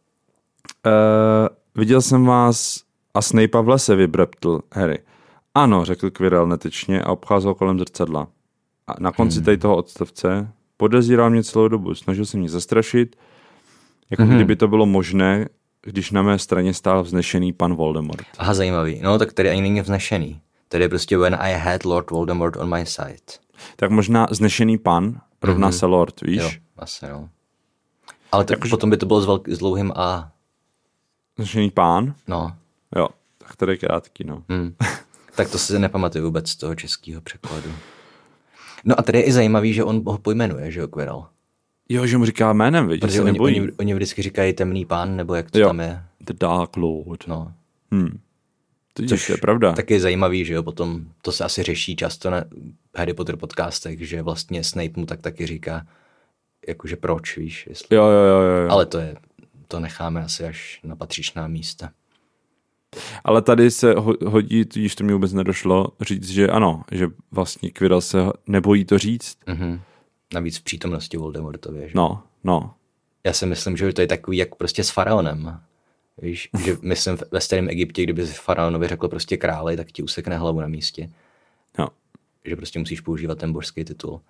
viděl jsem vás a Snape v lese, vybreptl Harry. Ano, řekl Quirrell netečně a obcházel kolem zrcadla. A na konci hmm. tady toho odstavce podezíral mě celou dobu. Snažil se mě zastrašit, jako hmm. kdyby to bylo možné, když na mé straně stál vznešený pan Voldemort. Aha, zajímavý. No, tak tady ani není vznešený. Tady je prostě when I had Lord Voldemort on my side. Tak možná vznešený pan rovná hmm. se Lord, víš? Jo, asi no. Ale tak jako, potom by to bylo s, velk- s dlouhým A. Vznešený pán? No. Jo, tak tady je krátký, no. Hmm. Tak to si nepamatuju vůbec z toho českého překladu. No a tady je i zajímavý, že on ho pojmenuje, že jo, Quirrell. Jo, že mu říká jménem, víš, že Protože se oni, nebojí. oni, oni vždycky říkají temný pán, nebo jak to Jo. tam je. The Dark Lord. No. Hmm. To, Což to je pravda. Tak je zajímavý, že jo, potom to se asi řeší často na Harry Potter podcastech, že vlastně Snape mu tak taky říká, jakože proč, víš, jestli... Jo, jo, jo, jo. Ale to je, to necháme asi až na patřičná místa. Ale tady se ho- hodí, tudíž to mi vůbec nedošlo, říct, že ano, že vlastně Quirrell se nebojí to říct. Mhm. Navíc v přítomnosti Voldemortově, že? No, no. Já si myslím, že to je takový jak prostě s faraonem. Víš, že myslím ve starém Egyptě, kdyby faraonovi řekl prostě králi, tak ti usekne hlavu na místě. Jo. Že prostě musíš používat ten božský titul.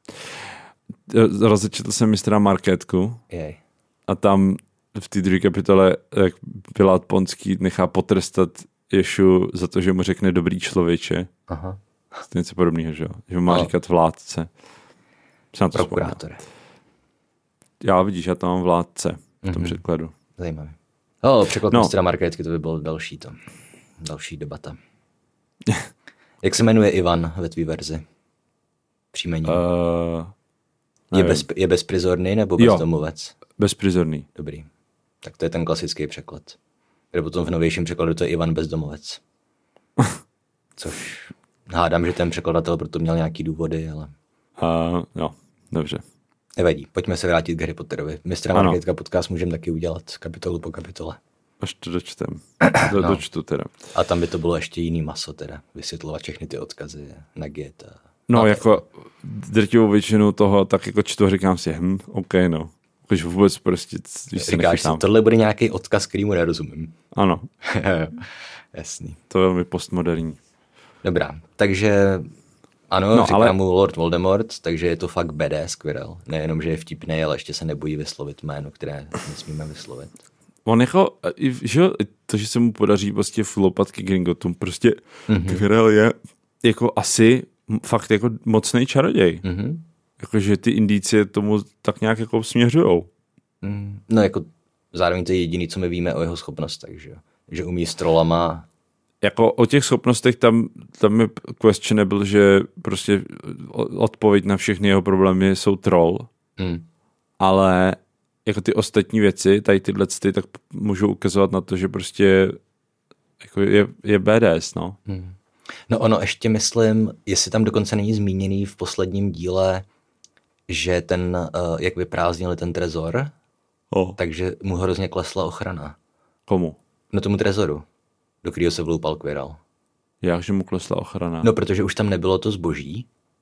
Rozečetl jsem mistra Markétku Jej. a tam v té druhé kapitole, jak Pilát Ponský nechá potrestat Ješu za to, že mu řekne dobrý člověče. Aha. To je něco podobného, že jo? Že mu má No. říkat vládce. Se na to vzpomněl. Prokurátor. Já vidíš, já tam mám vládce v tom Mhm. překladu. Zajímavý. No, překlad No. no. mistra Markétky, to by byl další to. Další debata. Jak se jmenuje Ivan ve tvý verzi? Příjmení. Uh, je, nevím. bez, je bezprizorný nebo Jo. bezdomovec? Bezprizorný. Dobrý. Tak to je ten klasický překlad. Kde potom v novějším překladu to je Ivan bezdomovec. Což hádám, že ten překladatel proto měl nějaký důvody, ale Uh, jo, dobře. nevadí. Pojďme se vrátit k Harry Potterovi. Mistra Ano. Markétka podcast můžeme taky udělat kapitolu po kapitole. Až to dočtem. Do, No. Dočtu teda. A tam by to bylo ještě jiný maso teda. Vysvětlovat všechny ty odkazy na Git. A... No, jako drtivou většinu toho tak jako čtu a říkám si, hm, OK, no. Když vůbec prostě, když se Říkáš si, nechytám. tohle bude nějaký odkaz, který mu nerozumím. Ano, Jasný. to je velmi postmoderní. Dobrá, takže ano, No, no, říká ale- ale... mu Lord Voldemort, takže je to fakt badass Quirrell. Nejenom, že je vtipný, ale ještě se nebojí vyslovit jméno, které nesmíme vyslovit. On jako, i- že jo, to, že se mu podaří vlastně v lopatky Gringottum, prostě mm-hmm. Quirrell je jako asi fakt jako mocný čaroděj. Mhm. Jakože ty indicie tomu tak nějak jako směřujou. Mm, no jako zároveň to je jediný, co my víme o jeho schopnostech, že jo. Že umí s trolama. Jako o těch schopnostech tam, tam je questionable, že prostě odpověď na všechny jeho problémy jsou troll, Mm. ale jako ty ostatní věci, tady tyhle ty, tak můžou ukazovat na to, že prostě jako je, je badass, no. Mm. No ono ještě myslím, jestli tam dokonce není zmíněný v posledním díle, že ten, uh, jak vyprázdnili ten trezor, oh. takže mu hrozně klesla ochrana. Komu? No tomu trezoru, do kterého se vloupal Quirrell. Jak, že mu klesla ochrana? No, protože už tam nebylo to zboží.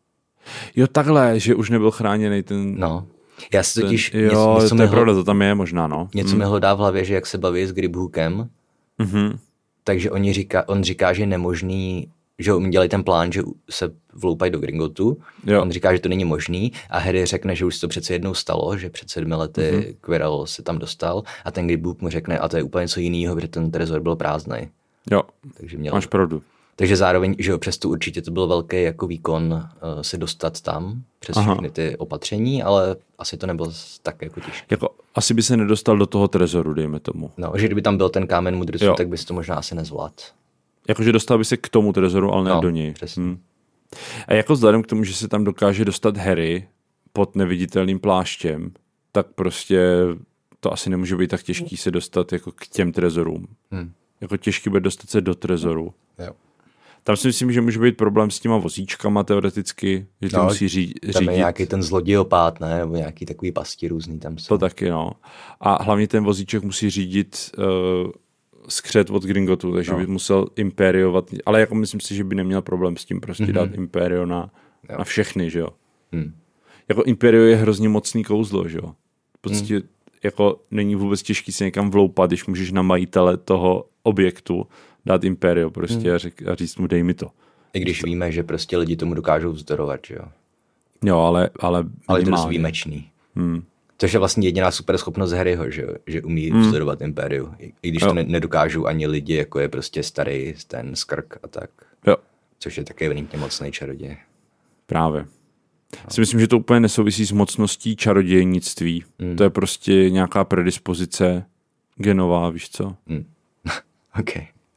Jo, takhle, že už nebyl chráněný ten... No, já si totiž... Ten, jo, něco, něco to je pravda, to tam je možná, no. Něco hmm. mi hlodá v hlavě, že jak se baví s Gribhookem, mm-hmm. takže oni říká, on říká, že je nemožný, že oni dělají ten plán, že se vloupají do Gringottu. Jo. On říká, že to není možný a Harry řekne, že už to přece jednou stalo, že před sedmi lety mm-hmm. Quirrell se tam dostal a ten Gribhook mu řekne, a to je úplně něco jiného, protože ten trezor byl prázdnej. Jo, takže měl... máš pravdu. Takže zároveň, že jo, přesto určitě to byl velký jako výkon uh, se dostat tam přes Aha. všechny ty opatření, ale asi to nebylo tak jako těžké. Jako, asi by se nedostal do toho trezoru, dejme tomu. No, že kdyby tam byl ten kámen mudrců, tak by se to možná asi nezvládl. Jakože dostal by se k tomu trezoru, ale ne no, do něj. Hmm. A jako vzhledem k tomu, že se tam dokáže dostat Harry pod neviditelným pláštěm, tak prostě to asi nemůže být tak těžký se dostat jako k těm trezorům. Hmm. Jako těžký bude dostat se do trezoru. Jo. Tam si myslím, že může být problém s těma vozíčkama teoreticky, že to no, musí ří, řídit. Tam je nějaký ten zlodějopát, ne? Nebo nějaký takový pasti různý tam jsou. To taky, no. A hlavně ten vozíček musí řídit uh, skřet od Gringottu, takže no. by musel impériovat, ale jako myslím si, že by neměl problém s tím prostě mm-hmm. dát império na, na všechny, že jo. Hmm. Jako império je hrozně mocný kouzlo, že jo. V podstatě hmm. jako není vůbec těžký se někam vloupat, když můžeš na majitele toho objektu dát império prostě hmm. a, řek, a říct mu dej mi to. I když to... víme, že prostě lidi tomu dokážou vzdorovat, že jo. Jo, ale ale ale je to dost výjimečný. Hmm. Což je vlastně jediná super schopnost Harryho, že, že umí hmm. vzdorovat impériu. I když jo. to ne, nedokážou ani lidi, jako je prostě starý ten Skrk a tak. Jo. Což je také evidentně mocný čaroděj. Právě. No. Si myslím, že to úplně nesouvisí s mocností čarodějnictví. Hmm. To je prostě nějaká predispozice genová, víš co? Hmm. OK.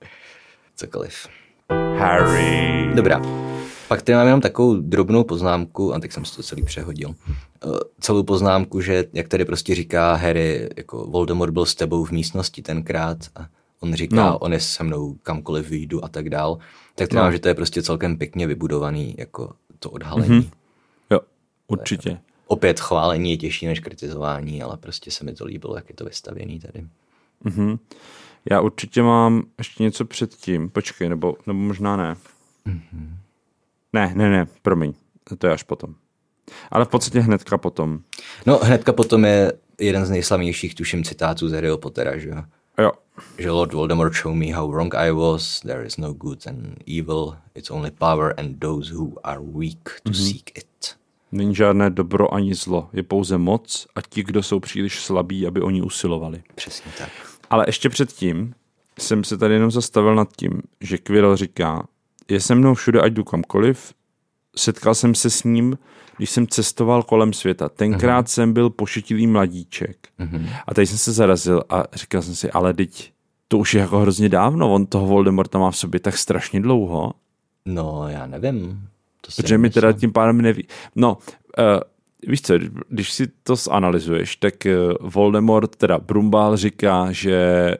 Cokoliv. Harry. Dobrá. Pak tady mám jenom takovou drobnou poznámku, a teď jsem si to celý přehodil. Uh, celou poznámku, že jak tady prostě říká Harry, jako Voldemort byl s tebou v místnosti tenkrát a on říká, no. on je se mnou kamkoliv vyjdu a tak dál. Tak tady no. mám, že to je prostě celkem pěkně vybudovaný, jako to odhalení. Mm-hmm. Jo, určitě. Je, opět chválení je těžší než kritizování, ale prostě se mi to líbilo, jak je to vystavěný tady. Mhm. Já určitě mám ještě něco předtím. Počkej, nebo, nebo možná ne. Mm-hmm. Ne, ne, ne, promiň. To je až potom. Ale v podstatě hnedka potom. No, hnedka potom je jeden z nejslavnějších, tuším, citátů z Harryho Pottera, že jo? Jo. Že Lord Voldemort show me how wrong I was, there is no good and evil, it's only power and those who are weak to mm-hmm. seek it. Není žádné dobro ani zlo, je pouze moc a ti, kdo jsou příliš slabí, aby oni usilovali. Přesně tak. Ale ještě předtím jsem se tady jenom zastavil nad tím, že Quirrell říká, je se mnou všude, ať jdu kamkoliv, setkal jsem se s ním, když jsem cestoval kolem světa. Tenkrát uh-huh. jsem byl pošetilý mladíček. Uh-huh. A tady jsem se zarazil a říkal jsem si, ale teď to už je jako hrozně dávno, on toho Voldemorta má v sobě tak strašně dlouho. No, já nevím. To protože mi teda tím pádem neví. No, uh, víš co, když si to zanalyzuješ, tak uh, Voldemort, teda Brumbál říká, že,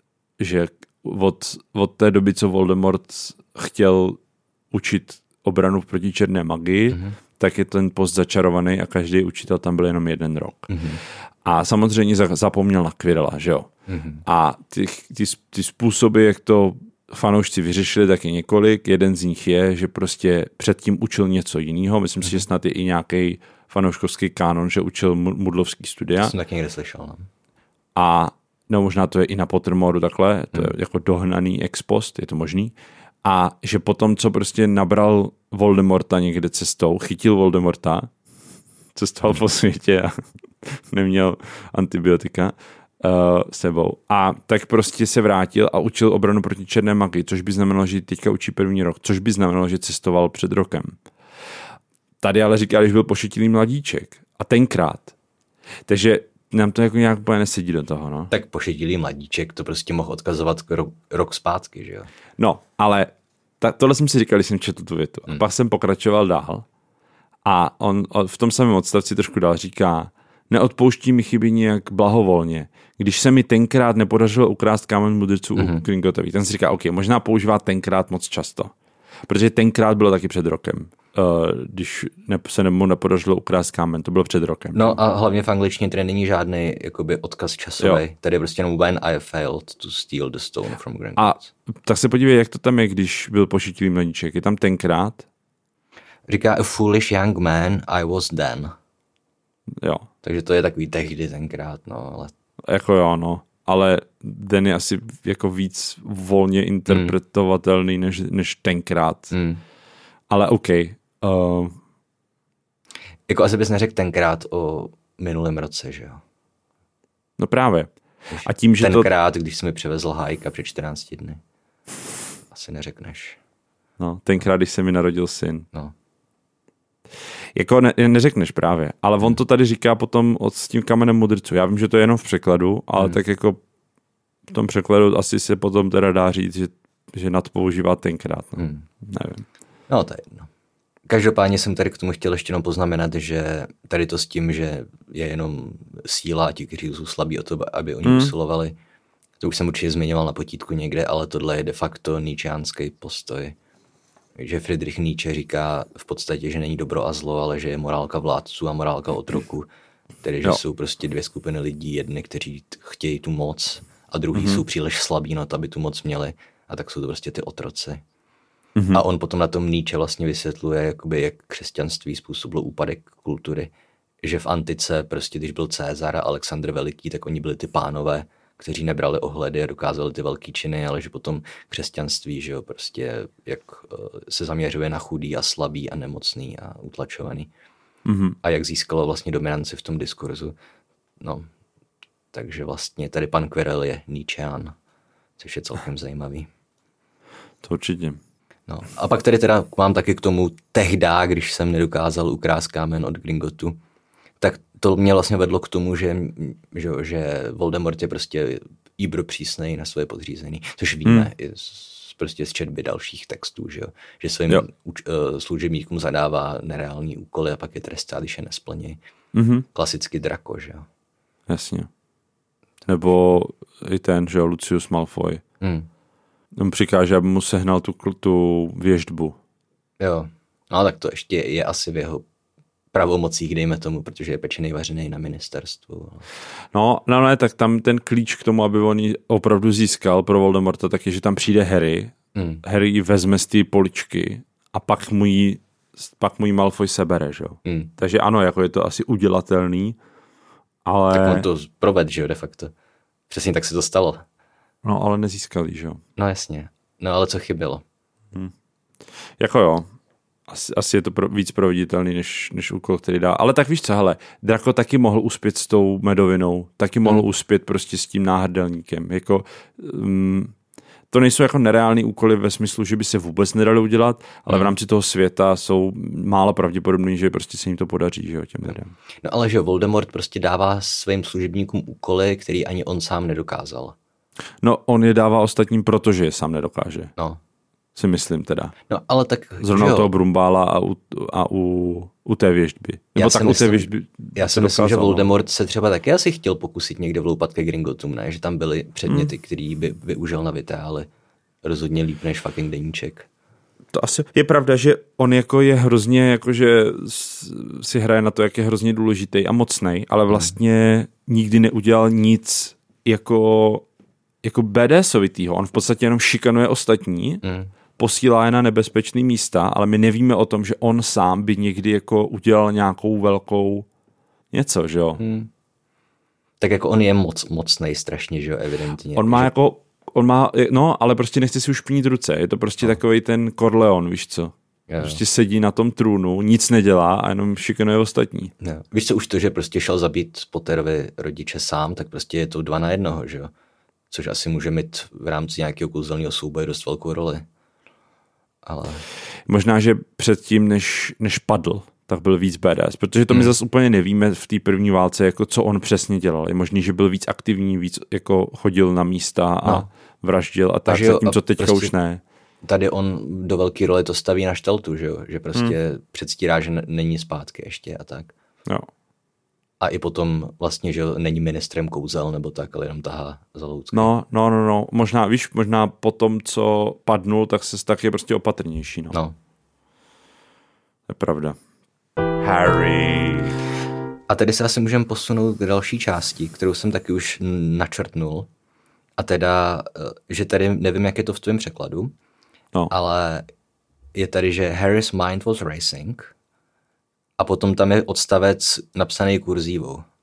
že od, od té doby, co Voldemort chtěl učit obranu proti černé magii, uh-huh. tak je ten post začarovaný a každý učitel tam byl jenom jeden rok. Uh-huh. A samozřejmě zapomněl na Quirrella, že jo. Uh-huh. A ty, ty, ty způsoby, jak to fanoušci vyřešili, tak je několik. Jeden z nich je, že prostě předtím učil něco jiného. Myslím uh-huh. si, že snad je i nějaký fanouškovský kánon, že učil mudlovský studia. To jsem taky někde slyšel. No? A no možná to je i na Pottermoru takhle, to je uh-huh. jako dohnaný ex post, je to možný. A že potom, co prostě nabral Voldemorta někde cestou, chytil Voldemorta, cestoval po světě a neměl antibiotika uh, sebou. A tak prostě se vrátil a učil obranu proti černé magii, což by znamenalo, že teďka učí první rok, což by znamenalo, že cestoval před rokem. Tady ale říkal, že byl pošetilý mladíček. A tenkrát. Takže nám to jako nějak úplně nesedí do toho, no. Tak pošetilý mladíček to prostě mohl odkazovat rok, rok zpátky, že jo? No, ale ta, tohle jsem si říkal, když jsem četl tu větu. Hmm. A pak jsem pokračoval dál a on, on v tom samém odstavci trošku dál říká, neodpouští mi chyby nějak blahovolně. Když se mi tenkrát nepodařilo ukrást kámen mudrců mm-hmm. u Gringottových, ten si říká, OK, možná používá tenkrát moc často. Protože tenkrát bylo taky před rokem. Uh, když ne, se mu nepodařilo ukrást kámen, to bylo před rokem. No a hlavně v angličtině tady není žádný jakoby odkaz časový. Tady je prostě jenom when I failed to steal the stone from Gringotts. A tak se podívej, jak to tam je, když byl pošetilý mladíček. Je tam tenkrát? Říká a foolish young man I was then. Jo. Takže to je takový tehdy tenkrát, no ale... Jako jo, no. Ale den je asi jako víc volně interpretovatelný mm. než, než tenkrát. Mm. Ale OK. Uh... Jako asi bys neřekl tenkrát o minulém roce, že jo? No právě. A tím, že tenkrát, to... když jsi mi přivezl hájka před čtrnácti dny. Asi neřekneš. No, tenkrát, když se mi narodil syn. No. Jako ne, neřekneš právě, ale on to tady říká potom od, s tím kamenem mudrců. Já vím, že to je jenom v překladu, ale hmm. tak jako v tom překladu asi se potom teda dá říct, že, že nadpoužívá tenkrát. No. Hmm. Nevím. No to je jedno. Každopádně jsem tady k tomu chtěl ještě jenom poznamenat, že tady to s tím, že je jenom síla a ti, kteří jsou slabí o to, aby oni hmm. usilovali, to už jsem určitě zmiňoval na potítku někde, ale tohle je de facto nietzscheánský postoj. Že Friedrich Nietzsche říká v podstatě, že není dobro a zlo, ale že je morálka vládců a morálka otroků. Tedy, že jo. Jsou prostě dvě skupiny lidí, jedny, kteří chtějí tu moc a druhý mm-hmm. jsou příliš slabí na to, aby tu moc měli. A tak jsou to prostě ty otroci. Mm-hmm. A on potom na tom Nietzsche vlastně vysvětluje, jakoby, jak křesťanství způsobilo úpadek kultury. Že v antice, prostě když byl César a Alexandr Veliký, tak oni byli ty pánové, kteří nebrali ohledy a dokázali ty velký činy, ale že potom křesťanství, že jo, prostě jak se zaměřuje na chudý a slabý a nemocný a utlačovaný. Mm-hmm. A jak získalo vlastně dominanci v tom diskurzu. No, takže vlastně tady pan Quirrell je Nietzscheán, což je celkem zajímavý. To určitě. No, a pak tady teda mám taky k tomu tehdá, když jsem nedokázal ukrást kámen od Gringottu, tak to mě vlastně vedlo k tomu, že, že, že Voldemort je prostě íbro přísnej na svoje podřízený, což víme hmm. i z, prostě z četby dalších textů, že, že svým uč, uh, služebníkům zadává nereální úkoly a pak je trestá, když je nesplní. Mm-hmm. Klasicky Draco, že jo. Jasně. Nebo i ten, že jo, Lucius Malfoy. Hmm. On přikáže, aby mu sehnal tu, tu věštbu. Jo, no tak to ještě je, je asi v jeho pravomocích, dejme tomu, protože je pečený vařený na ministerstvu. No, no ne, tak tam ten klíč k tomu, aby on ji opravdu získal pro Voldemorta, tak je, že tam přijde Harry, hmm. Harry ji vezme z té poličky a pak mu ji, pak mu ji Malfoy sebere, že jo. Hmm. Takže ano, jako je to asi udělatelný, ale... Tak on to proved, že jo, de facto. Přesně tak se to stalo. No, ale nezískal ji, že jo. No jasně. No, ale co chybělo? Hmm. Jako jo. Asi, asi je to pro, víc proveditelný, než, než úkol, který dá. Ale tak víš co, hele, Draco taky mohl uspět s tou medovinou, taky mohl hmm. uspět prostě s tím náhrdelníkem. Jako, um, to nejsou jako nereální úkoly ve smyslu, že by se vůbec nedali udělat, ale hmm. v rámci toho světa jsou málo pravděpodobný, že prostě se jim to podaří, že jo, těm lidem. No ale že Voldemort prostě dává svým služebníkům úkoly, který ani on sám nedokázal. No, on je dává ostatním, protože je sám nedokáže. No. Si myslím teda. No, ale tak... Zrovna u toho Brumbála a u, a u, u té věštby. Nebo já tak myslím, u té věštby já si myslím, že Voldemort se třeba taky asi chtěl pokusit někde vloupat ke Gringottům, ne? Že tam byly předměty, hmm. který by využil na vytáhli. Rozhodně líp než fucking deníček. To asi je pravda, že on jako je hrozně, jakože si hraje na to, jak je hrozně důležitý a mocnej, ale vlastně hmm. nikdy neudělal nic jako, jako BDSovitýho. On v podstatě jenom šikanuje ostatní, hmm. posílá je na nebezpečný místa, ale my nevíme o tom, že on sám by někdy jako udělal nějakou velkou něco, že jo? Hmm. Tak jako on je moc, mocnej strašně, že jo, evidentně. On má že... jako, on má, no, ale prostě nechce si už pnít ruce. Je to prostě no. takovej ten Corleone, víš co? Jo. Prostě sedí na tom trůnu, nic nedělá a jenom šikanuje ostatní. Jo. Víš co, už to, že prostě šel zabít Potterovi rodiče sám, tak prostě je to dva na jednoho, že jo? Což asi může mít v rámci nějakého kouzelného souboje dost velkou roli. Ale... Možná, že předtím, než, než padl, tak byl víc badass, protože to my hmm. zase úplně nevíme v té první válce, jako co on přesně dělal. Je možný, že byl víc aktivní, víc jako chodil na místa a no. vraždil a tak, a zatímco teďka prostě už ne. Tady on do velké role to staví na šteltu, že jo? Že prostě hmm. předstírá, že n- není zpátky ještě a tak. Jo. A i potom vlastně, že není ministrem kouzel nebo tak, ale jenom tahá za loutky. No, no, no, no. Možná, víš, možná po tom, co padnul, tak se tak je prostě opatrnější, no. No. To je pravda. Harry. A tady se asi můžeme posunout k další části, kterou jsem taky už načrtnul. A teda, že tady, nevím, jak je to v tvém překladu, no. ale je tady, že Harry's mind was racing a potom tam je odstavec napsaný kurzívou. Uh,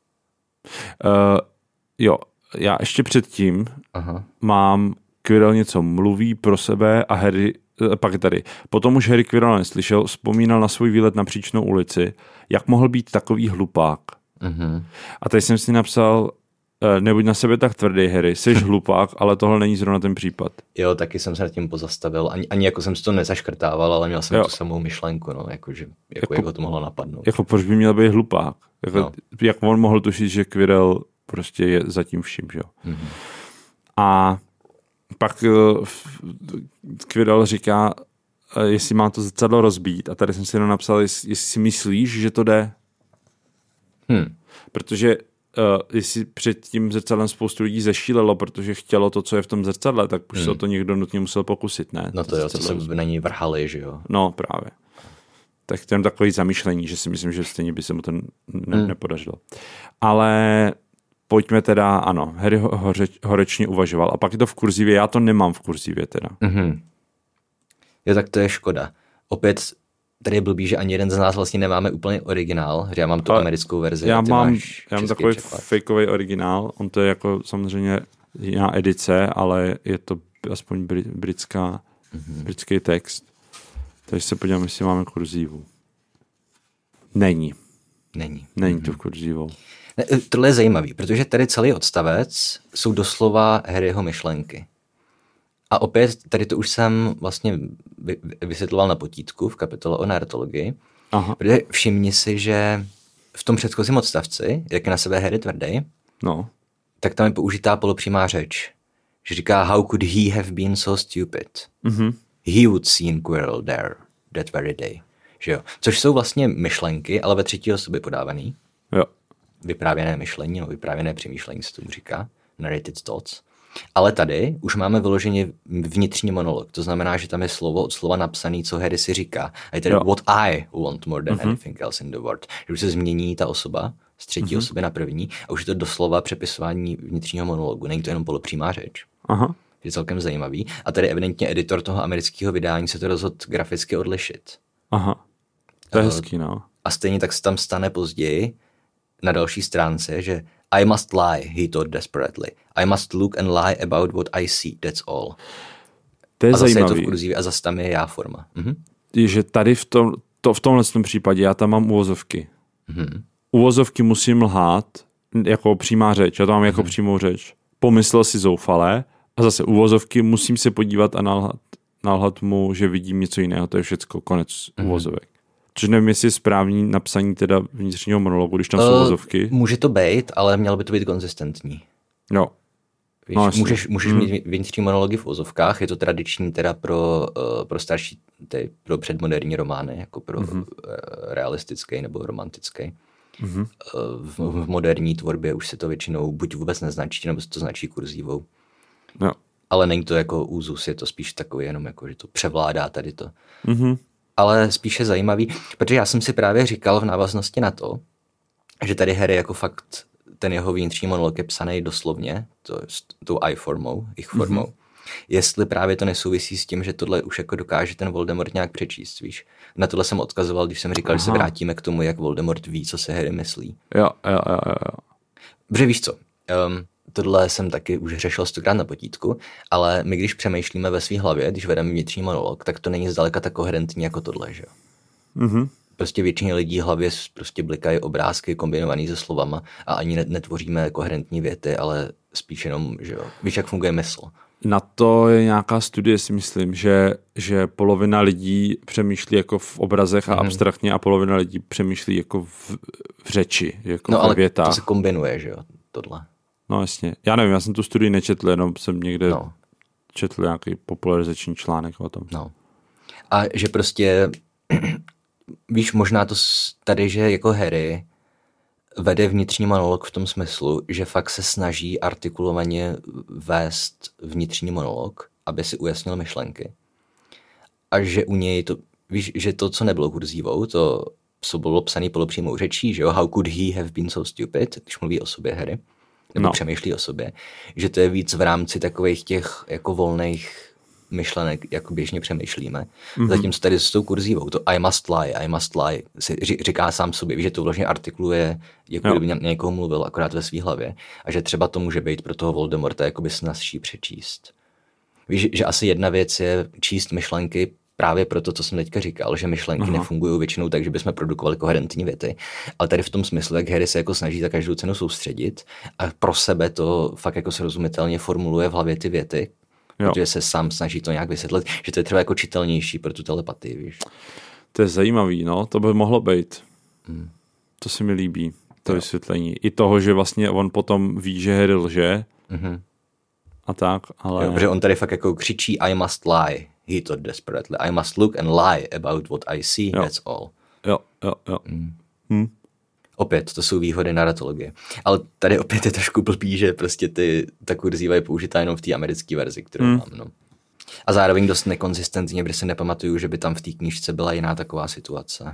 jo, já ještě předtím Aha. mám Quirrell něco mluví pro sebe a Harry, pak je tady. Potom už Harry Quirrell neslyšel, vzpomínal na svůj výlet na Příčnou ulici, jak mohl být takový hlupák. Uh-huh. A tady jsem si napsal, nebuď na sebe tak tvrdý, Harry, jsi hlupák, ale tohle není zrovna ten případ. Jo, taky jsem se nad tím pozastavil. Ani, ani jako jsem si to nezaškrtával, ale měl jsem jo. tu samou myšlenku, no, jako, že, jako, jako, jako to mohlo napadnout. Jako proč by měl být hlupák? Jako, no. Jak on mohl tušit, že Quirrell prostě je za tím vším, že jo. Mm-hmm. A pak uh, Quirrell říká, uh, jestli má to zrcadlo rozbít. A tady jsem si jenom napsal, jestli, jestli si myslíš, že to jde. Hmm. Protože Uh, jestli před tím zrcadlem spoustu lidí zešílelo, protože chtělo to, co je v tom zrcadle, tak už hmm. se o to někdo nutně musel pokusit, ne? No to jo, co se na ní vrhali, že jo? No právě. Tak to je takový zamýšlení, že si myslím, že stejně by se mu to ne- hmm. nepodařilo. Ale pojďme teda, ano, Harry ho- hořeč- horečně uvažoval. A pak je to v kurzívě, já to nemám v kurzívě teda. Mm-hmm. Jo, tak to je škoda. Opět tady je blbý, že ani jeden z nás vlastně nemáme úplně originál, že já mám tu ale americkou verzi. Já mám, já mám takový fakeový originál, on to je jako samozřejmě jiná edice, ale je to aspoň britská, mm-hmm. britský text. Takže se podívám, jestli máme kurzívu. Není. Není. Není mm-hmm. to v kurzívou. Ne, tohle je zajímavý, protože tady celý odstavec jsou doslova Harryho myšlenky. A opět, tady to už jsem vlastně vysvětloval na potítku v kapitole o narratologii, Aha. protože všimni si, že v tom předchozím odstavci, jak je na sebe Harry tvrdý, no. tak tam je použitá polopřímá řeč. Že říká, how could he have been so stupid? Mm-hmm. He would seen Quirrell there that very day. Že jo? Což jsou vlastně myšlenky, ale ve třetí osobě podávaný. Jo. Vyprávěné myšlení, no vyprávěné přemýšlení se tomu říká. Narrated thoughts. Ale tady už máme vyloženě vnitřní monolog. To znamená, že tam je slovo od slova napsaný, co Harry si říká. A je tady jo. what I want more than mm-hmm. anything else in the world. Že už se změní ta osoba z třetí mm-hmm. osoby na první a už je to doslova přepisování vnitřního monologu. Není to jenom polopřímá řeč. Aha. Je celkem zajímavý. A tady evidentně editor toho amerického vydání se to rozhodl graficky odlišit. Aha. To je hezký, no. A stejně tak se tam stane později na další stránce, že I must lie, he thought desperately. I must look and lie about what I see, that's all. To je a zase zajímavý. je to v kurzívě a zase tam je já forma. Mhm. Je, že tady v, tom, to, v tomhle případě já tam mám uvozovky. Mhm. Uvozovky musím lhát jako přímá řeč. Já to mám jako mhm. přímou řeč. Pomyslel si zoufalé a zase uvozovky musím se podívat a nalhat, nalhat mu, že vidím něco jiného. To je všecko, konec mhm. uvozovek. Což nevím, jestli je správný napsaní teda vnitřního monologu, když tam jsou uvozovky. Uh, může to být, ale mělo by to být konzistentní. Jo. Víš, no, můžeš můžeš hmm. mít vnitřní monology v uvozovkách, je to tradiční teda pro, uh, pro starší, tedy pro předmoderní romány, jako pro mm-hmm. uh, realistický nebo romantický. Mm-hmm. Uh, v, v moderní tvorbě už se to většinou buď vůbec neznačí, nebo se to značí kurzívou. Jo. Ale není to jako úzus, je to spíš takový jenom jako, že to převládá tady to. Mm-hmm. Ale spíše zajímavý, protože já jsem si právě říkal v návaznosti na to, že tady Harry jako fakt ten jeho vnitřní monolog je psaný doslovně, to, tou I-formou, ich formou. Mm-hmm. Jestli právě to nesouvisí s tím, že tohle už jako dokáže ten Voldemort nějak přečíst, víš. Na tohle jsem odkazoval, když jsem říkal, Aha. že se vrátíme k tomu, jak Voldemort ví, co se Harry myslí. Jo, jo, jo, jo. Protože víš co, um, tohle jsem taky už řešil stokrát na potítku, ale my když přemýšlíme ve své hlavě, když vedeme vnitřní monolog, tak to není zdaleka tak koherentní jako tohle, že jo. Mhm. Prostě většině lidí v hlavě prostě blikají obrázky kombinovaný se slovama a ani netvoříme koherentní věty, ale spíš jenom, že jo, víš, jak funguje mysl. Na to je nějaká studie, si myslím, že, že polovina lidí přemýšlí jako v obrazech a mm. abstraktně a polovina lidí přemýšlí jako v, v řeči, jako no, ve větách. No ale to se kombinuje, že jo, tohle. No jasně. Já nevím, já jsem tu studii nečetl, jenom jsem někde no. četl nějaký popularizační článek o tom. No. A že prostě, víš, možná to tady, že jako Harry vede vnitřní monolog v tom smyslu, že fakt se snaží artikulovaně vést vnitřní monolog, aby si ujasnil myšlenky. A že u něj to, víš, že to, co nebylo kurzívou, to co bylo psané polopřímou řečí, že jo, how could he have been so stupid, když mluví o sobě Harry, nebo no. přemýšlí o sobě, že to je víc v rámci takových těch jako volných myšlenek, jako běžně přemýšlíme. Mm-hmm. Zatímco tady s tou kurzívou, to I must lie, I must lie, si říká sám sobě, že to vlastně artikuluje, jako kdyby někoho mluvil akorát ve svý hlavě a že třeba to může být pro toho Voldemorta jakoby snazší přečíst. Víš, že asi jedna věc je číst myšlenky právě proto, co jsem teďka říkal, že myšlenky Aha. nefungují většinou tak, že bychom produkovali koherentní věty, ale tady v tom smyslu, jak Harry se jako snaží za každou cenu soustředit a pro sebe to fakt jako srozumitelně formuluje v hlavě ty věty, jo. protože se sám snaží to nějak vysvětlit, že to je třeba jako čitelnější pro tu telepatii, víš. To je zajímavý, no, to by mohlo být. Hmm. To se mi líbí, to jo. vysvětlení. I toho, že vlastně on potom ví, že Harry lže mm-hmm. a tak, ale... Jo, protože on tady fakt jako křičí I must lie. He thought desperately. I must look and lie about what I see, jo. That's all. Jo, jo, jo. Mm. Hmm. Opět, to jsou výhody narratologie. Ale tady opět je trošku blbý, že prostě ty, ta kurzíva je použitá jenom v té americké verzi, kterou mm. mám. No. A zároveň dost nekonzistentně, protože si nepamatuju, že by tam v té knížce byla jiná taková situace.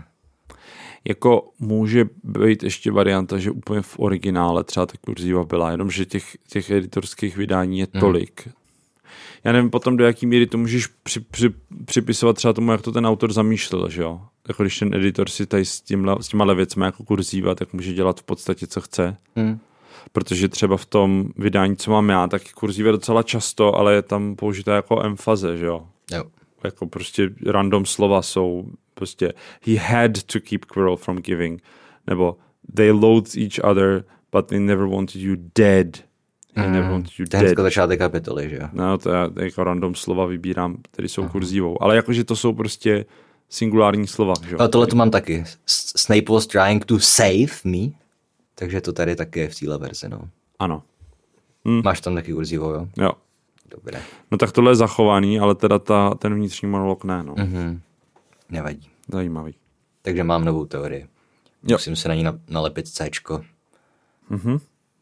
Jako může být ještě varianta, že úplně v originále třeba ta kurzíva byla, jenomže těch, těch editorských vydání je tolik. Mm. Já nevím potom, do jaký míry to můžeš při, při, připisovat třeba tomu, jak to ten autor zamýšlel, že jo? Jako když ten editor si tady s, tímhle, s těma věcmi jako kurzíva, tak může dělat v podstatě, co chce. Hmm. Protože třeba v tom vydání, co mám já, tak kurzíva docela často, ale je tam použitá jako emfaze, že jo? Jo. Jako prostě random slova jsou prostě he had to keep Quirrell from giving, nebo they loathed each other, but they never wanted you dead. Mm, to je začátek kapitoly, že jo? No, to já jako random slova vybírám, které jsou uh-huh. kurzívou. Ale jakože to jsou prostě singulární slova, že jo? No, tohle to mám taky. Snape was trying to save me, takže to tady taky je v téhle verzi, no. Ano. Hm. Máš tam taky kurzívou, jo? Jo. Dobré. No tak tohle je zachovaný, ale teda ta, ten vnitřní monolog ne, no. Uh-huh. Nevadí. Zajímavý. Takže mám novou teorii. Jo. Musím se na ní nalepit Cčko. Mhm.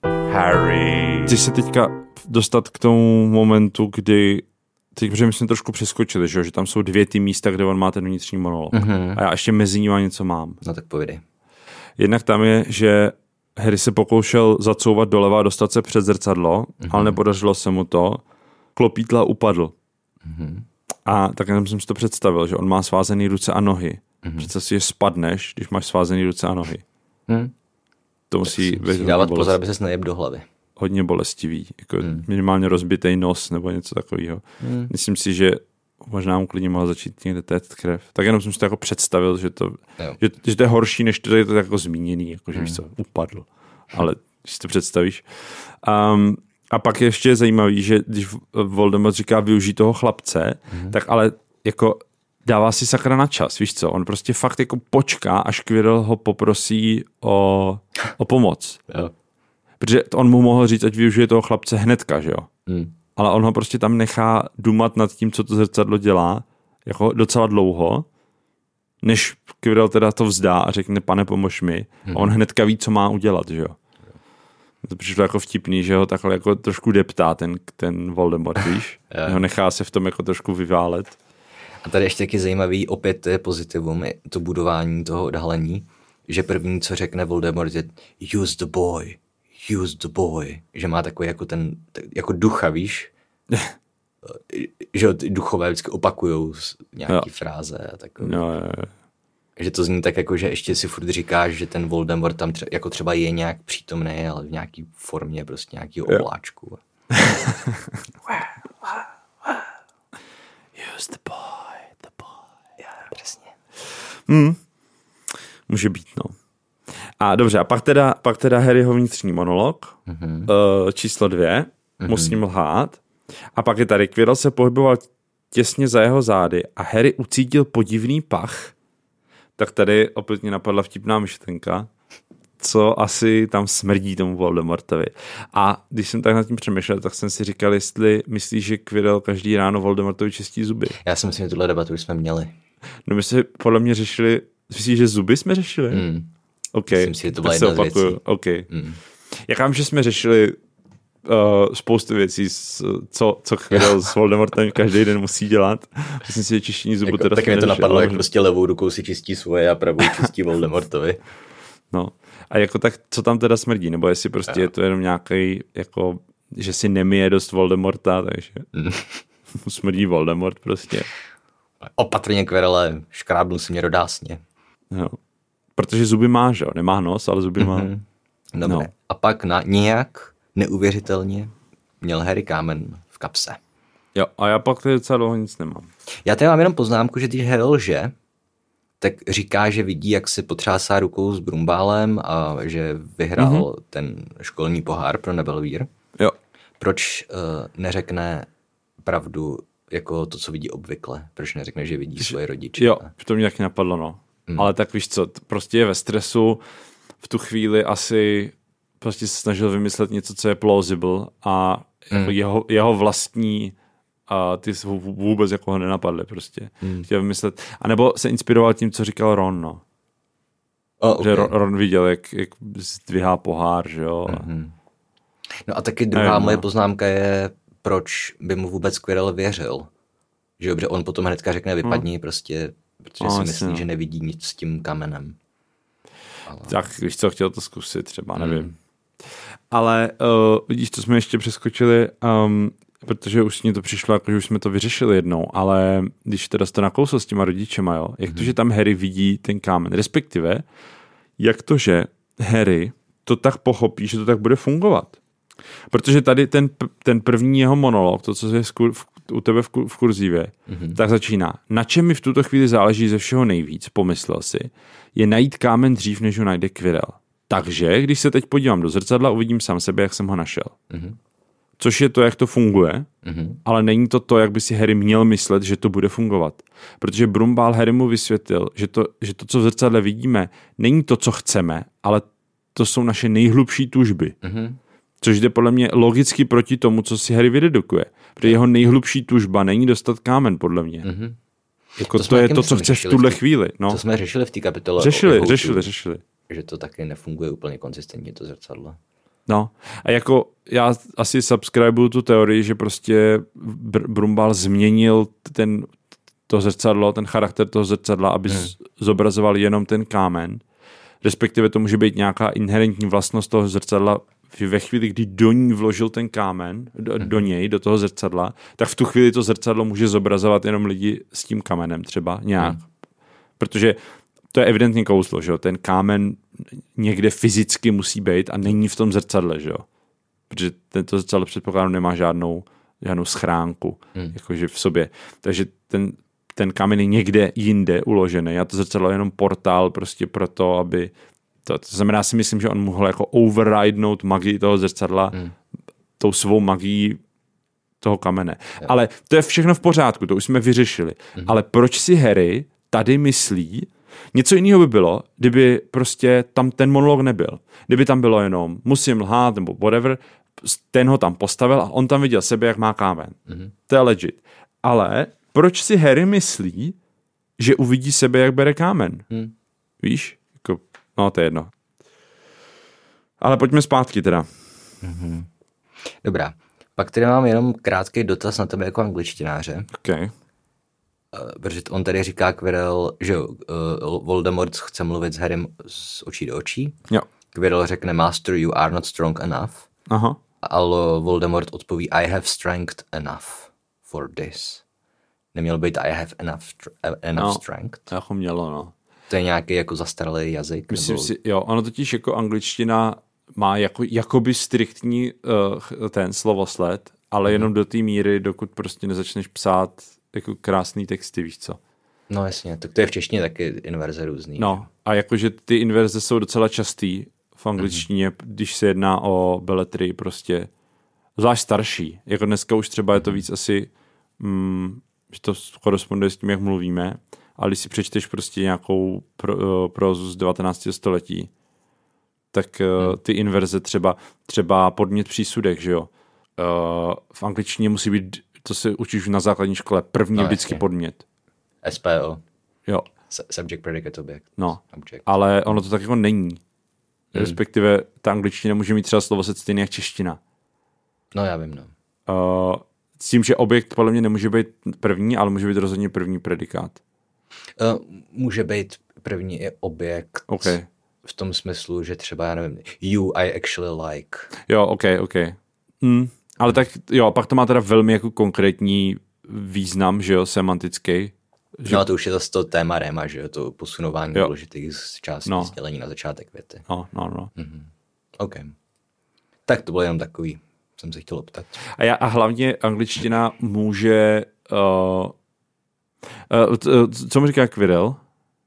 Harry. Chci se teďka dostat k tomu momentu, kdy teď, protože my jsme trošku přeskočili, že, že tam jsou dvě ty místa, kde on má ten vnitřní monolog. Mm-hmm. A já ještě mezi nimi něco mám. No tak povědej. Jednak tam je, že Harry se pokoušel zacouvat doleva a dostat se před zrcadlo, mm-hmm. ale nepodařilo se mu to. Klopítla upadl. Mm-hmm. A tak jsem si to představil, že on má svázený ruce a nohy. Mm-hmm. Představ si, že spadneš, když máš svázený ruce a nohy. Mm. To musí, musí dávat bolest. Pozor, aby ses nejeb do hlavy. Hodně bolestivý, jako hmm. minimálně rozbitej nos nebo něco takového. Hmm. Myslím si, že možná mu klidně mohl začít někde téct krev. Tak jenom jsem si to jako představil, že to, že, že to je horší, než to je to jako zmíněný, jako že hmm. víš co, upadl. Ale když si to představíš. Um, a pak je ještě zajímavý, že když Voldemort říká využij toho chlapce, hmm. tak ale jako dává si sakra na čas, víš co? On prostě fakt jako počká, až Quirrell ho poprosí o, o pomoc. Jo. Protože on mu mohl říct, ať využije toho chlapce hnedka, že jo? Hmm. Ale on ho prostě tam nechá dumat nad tím, co to zrcadlo dělá, jako docela dlouho, než Quirrell teda to vzdá a řekne, pane, pomož mi. Hmm. A on hnedka ví, co má udělat, že jo? To přišlo jako vtipný, že ho takhle jako trošku deptá ten, ten Voldemort, víš? Ho nechá se v tom jako trošku vyválet. A tady ještě taky zajímavý, opět to je pozitivum, je to budování toho odhalení, že první, co řekne Voldemort, je use the boy, use the boy, že má takový jako ten, jako ducha, víš? Že duchové vždycky opakujou nějaký jo. fráze a takové. Jo, jo, jo. Že to zní tak jako, že ještě si furt říkáš, že ten Voldemort tam tře- jako třeba je nějak přítomný, ale v nějaký formě prostě nějakýho obláčku. Use the boy, the boy. Já, přesně. Hmm. Může být, no. A dobře, a pak teda, pak teda Harryho vnitřní monolog, mm-hmm. uh, číslo dvě, mm-hmm. musím lhát. A pak je tady, Quirrell se pohyboval těsně za jeho zády a Harry ucítil podivný pach. Tak tady opět mě napadla vtipná myšlenka, co asi tam smrdí tomu Voldemortovi. A když jsem tak nad tím přemýšlel, tak jsem si říkal, jestli myslíš, že Quirrell každý ráno Voldemortovi čistí zuby. Já si myslím, že tuhle debatu už jsme měli. No my jsme podle mě řešili, myslíš, že zuby jsme řešili? Hmm. Okay. Myslím si, že to byla jedna z věcí. Okay. Mm. Já vím, že jsme řešili uh, spoustu věcí, s, co, co Quirrell s Voldemortem každý den musí dělat. Myslím si, že čištění zubu jako, teda tak mi to neřešil, napadlo, ale... jak prostě levou rukou si čistí svoje a pravou čistí Voldemortovi. No. A jako tak, co tam teda smrdí? Nebo jestli prostě je to jenom nějaký, jako, že si nemije dost Voldemorta, takže mm. smrdí Voldemort prostě. Opatrně, Quirrelle, škrábnu si mě do dásně. No. Protože zuby má, že jo? Nemá nos, ale zuby má. Mm-hmm. Dobře. No. A pak na nějak neuvěřitelně měl Harry kámen v kapse. Jo, a já pak tady docela dlouho nic nemám. Já tady mám jenom poznámku, že když Harry lže, tak říká, že vidí, jak si potřásá rukou s Brumbálem a že vyhrál mm-hmm. ten školní pohár pro Nebelvír. Jo. Proč uh, neřekne pravdu jako to, co vidí obvykle? Proč neřekne, že vidí svoje rodiče? Jo, to mě taky napadlo, no. Mm. Ale tak víš co, prostě je ve stresu, v tu chvíli asi prostě se snažil vymyslet něco, co je plausible a mm. jeho, jeho vlastní a ty vůbec jako ho nenapadly prostě. Mm. Chtěl vymyslet. A nebo se inspiroval tím, co říkal Ron, no. Oh, okay. Že Ron viděl, jak, jak zdvihá pohár, že jo. Mm-hmm. No a taky druhá Nevím, moje no. poznámka je, proč by mu vůbec Quirrell věřil. Že dobře, on potom hnedka řekne vypadni, hmm. prostě, protože no, si myslí, no. že nevidí nic s tím kamenem. Ale... Tak víš co, chtěl to zkusit třeba, nevím. Hmm. Ale uh, vidíš, co jsme ještě přeskočili, um, protože už mně to přišlo, jako že už jsme to vyřešili jednou, ale když teda to nakousl s těma rodičema, jo, jak hmm. to, že tam Harry vidí ten kámen, respektive, jak to, že Harry to tak pochopí, že to tak bude fungovat. Protože tady ten, ten první jeho monolog, to, co je v, u tebe v, v kurzívě, mm-hmm. tak začíná. Na čem mi v tuto chvíli záleží ze všeho nejvíc, pomyslel si, je najít kámen dřív, než ho najde Quirrell. Takže, když se teď podívám do zrcadla, uvidím sám sebe, jak jsem ho našel. Mm-hmm. Což je to, jak to funguje, mm-hmm. ale není to to, jak by si Harry měl myslet, že to bude fungovat. Protože Brumbál Harry mu vysvětlil, že to, že to, co v zrcadle vidíme, není to, co chceme, ale to jsou naše nejhlubší tužby. Mm-hmm. Což jde podle mě logicky proti tomu, co si Harry vydedukuje. Protože jeho nejhlubší tužba není dostat kámen, podle mě. Mm-hmm. Jako to, to je to, co chce v tuhle chvíli. No. To jsme řešili v té kapitole. Řešili, o řešili, řešili. Že to taky nefunguje úplně konzistentně, to zrcadlo. No a jako já asi subscribuju tu teorii, že prostě Br- Brumbál změnil ten, to zrcadlo, ten charakter toho zrcadla, aby hmm. zobrazoval jenom ten kámen. Respektive to může být nějaká inherentní vlastnost toho zrcadla ve chvíli, kdy do ní vložil ten kámen, do, do něj, do toho zrcadla, tak v tu chvíli to zrcadlo může zobrazovat jenom lidi s tím kamenem třeba nějak. Hmm. Protože to je evidentně kouzlo, že jo? Ten kámen někde fyzicky musí být a není v tom zrcadle, že jo? Protože tento zrcadlo předpokládám nemá žádnou, žádnou schránku hmm. jakože v sobě. Takže ten, ten kámen je někde jinde uložený a to zrcadlo je jenom portál prostě pro to, aby To, to znamená, já si myslím, že on mohl jako overridenout magii toho zrcadla hmm. tou svou magií toho kamene. Jo. Ale to je všechno v pořádku, to už jsme vyřešili. Hmm. Ale proč si Harry tady myslí, něco jiného by bylo, kdyby prostě tam ten monolog nebyl. Kdyby tam bylo jenom musím lhát nebo whatever, ten ho tam postavil a on tam viděl sebe, jak má kámen. Hmm. To je legit. Ale proč si Harry myslí, že uvidí sebe, jak bere kámen? Hmm. Víš? No, to je jedno. Ale pojďme zpátky teda. Mm-hmm. Dobrá. Pak tady mám jenom krátký dotaz na tebe jako angličtináře. Okay. Uh, protože on tady říká Quirrell, že uh, Voldemort chce mluvit s Harrym z očí do očí. Jo. Quirrell řekne Master, you are not strong enough. Aha. Ale Voldemort odpoví I have strength enough for this. Neměl být I have enough, enough no, strength. Jako mělo, no. To je nějaký jako zastaralý jazyk? Myslím nebo... si, jo, ono totiž jako angličtina má jako, jakoby striktní uh, ten slovosled, ale mm. jenom do té míry, dokud prostě nezačneš psát jako krásný texty, víš co. No jasně, tak to je v češtině taky inverze různý. No a jakože ty inverze jsou docela častý v angličtině, mm. když se jedná o beletry prostě, zvlášť starší. Jako dneska už třeba je to víc asi, mm, že to koresponduje s tím, jak mluvíme, ale když si přečteš prostě nějakou pro, prózu z devatenáctého století, tak hmm. ty inverze třeba, třeba podmět přísudek, že jo. Uh, v angličtině musí být, to se učíš na základní škole, první no, vždycky jasně. podmět. S P O. Jo. Subject, predicate, object. No, Object. ale ono to tak jako není. Hmm. Respektive ta angličtina může mít třeba slovoset stejný jak čeština. No já vím, no. Uh, s tím, že objekt podle mě nemůže být první, ale může být rozhodně první predikát. Uh, může být první i objekt. Okay. V tom smyslu, že třeba, já nevím, you I actually like. Jo, ok, ok. Mm, ale tak jo, pak to má teda velmi jako konkrétní význam, že jo, semantický. Že... No a to už je zase to téma réma, že jo, to posunování jo. důležitých z částí no. sdělení na začátek věty. No, no, no. Mm-hmm. OK. Tak to bylo jenom takový, jsem se chtěl optat. A, já, a hlavně angličtina může... Uh, uh, co mi říká Quirrell? Uh,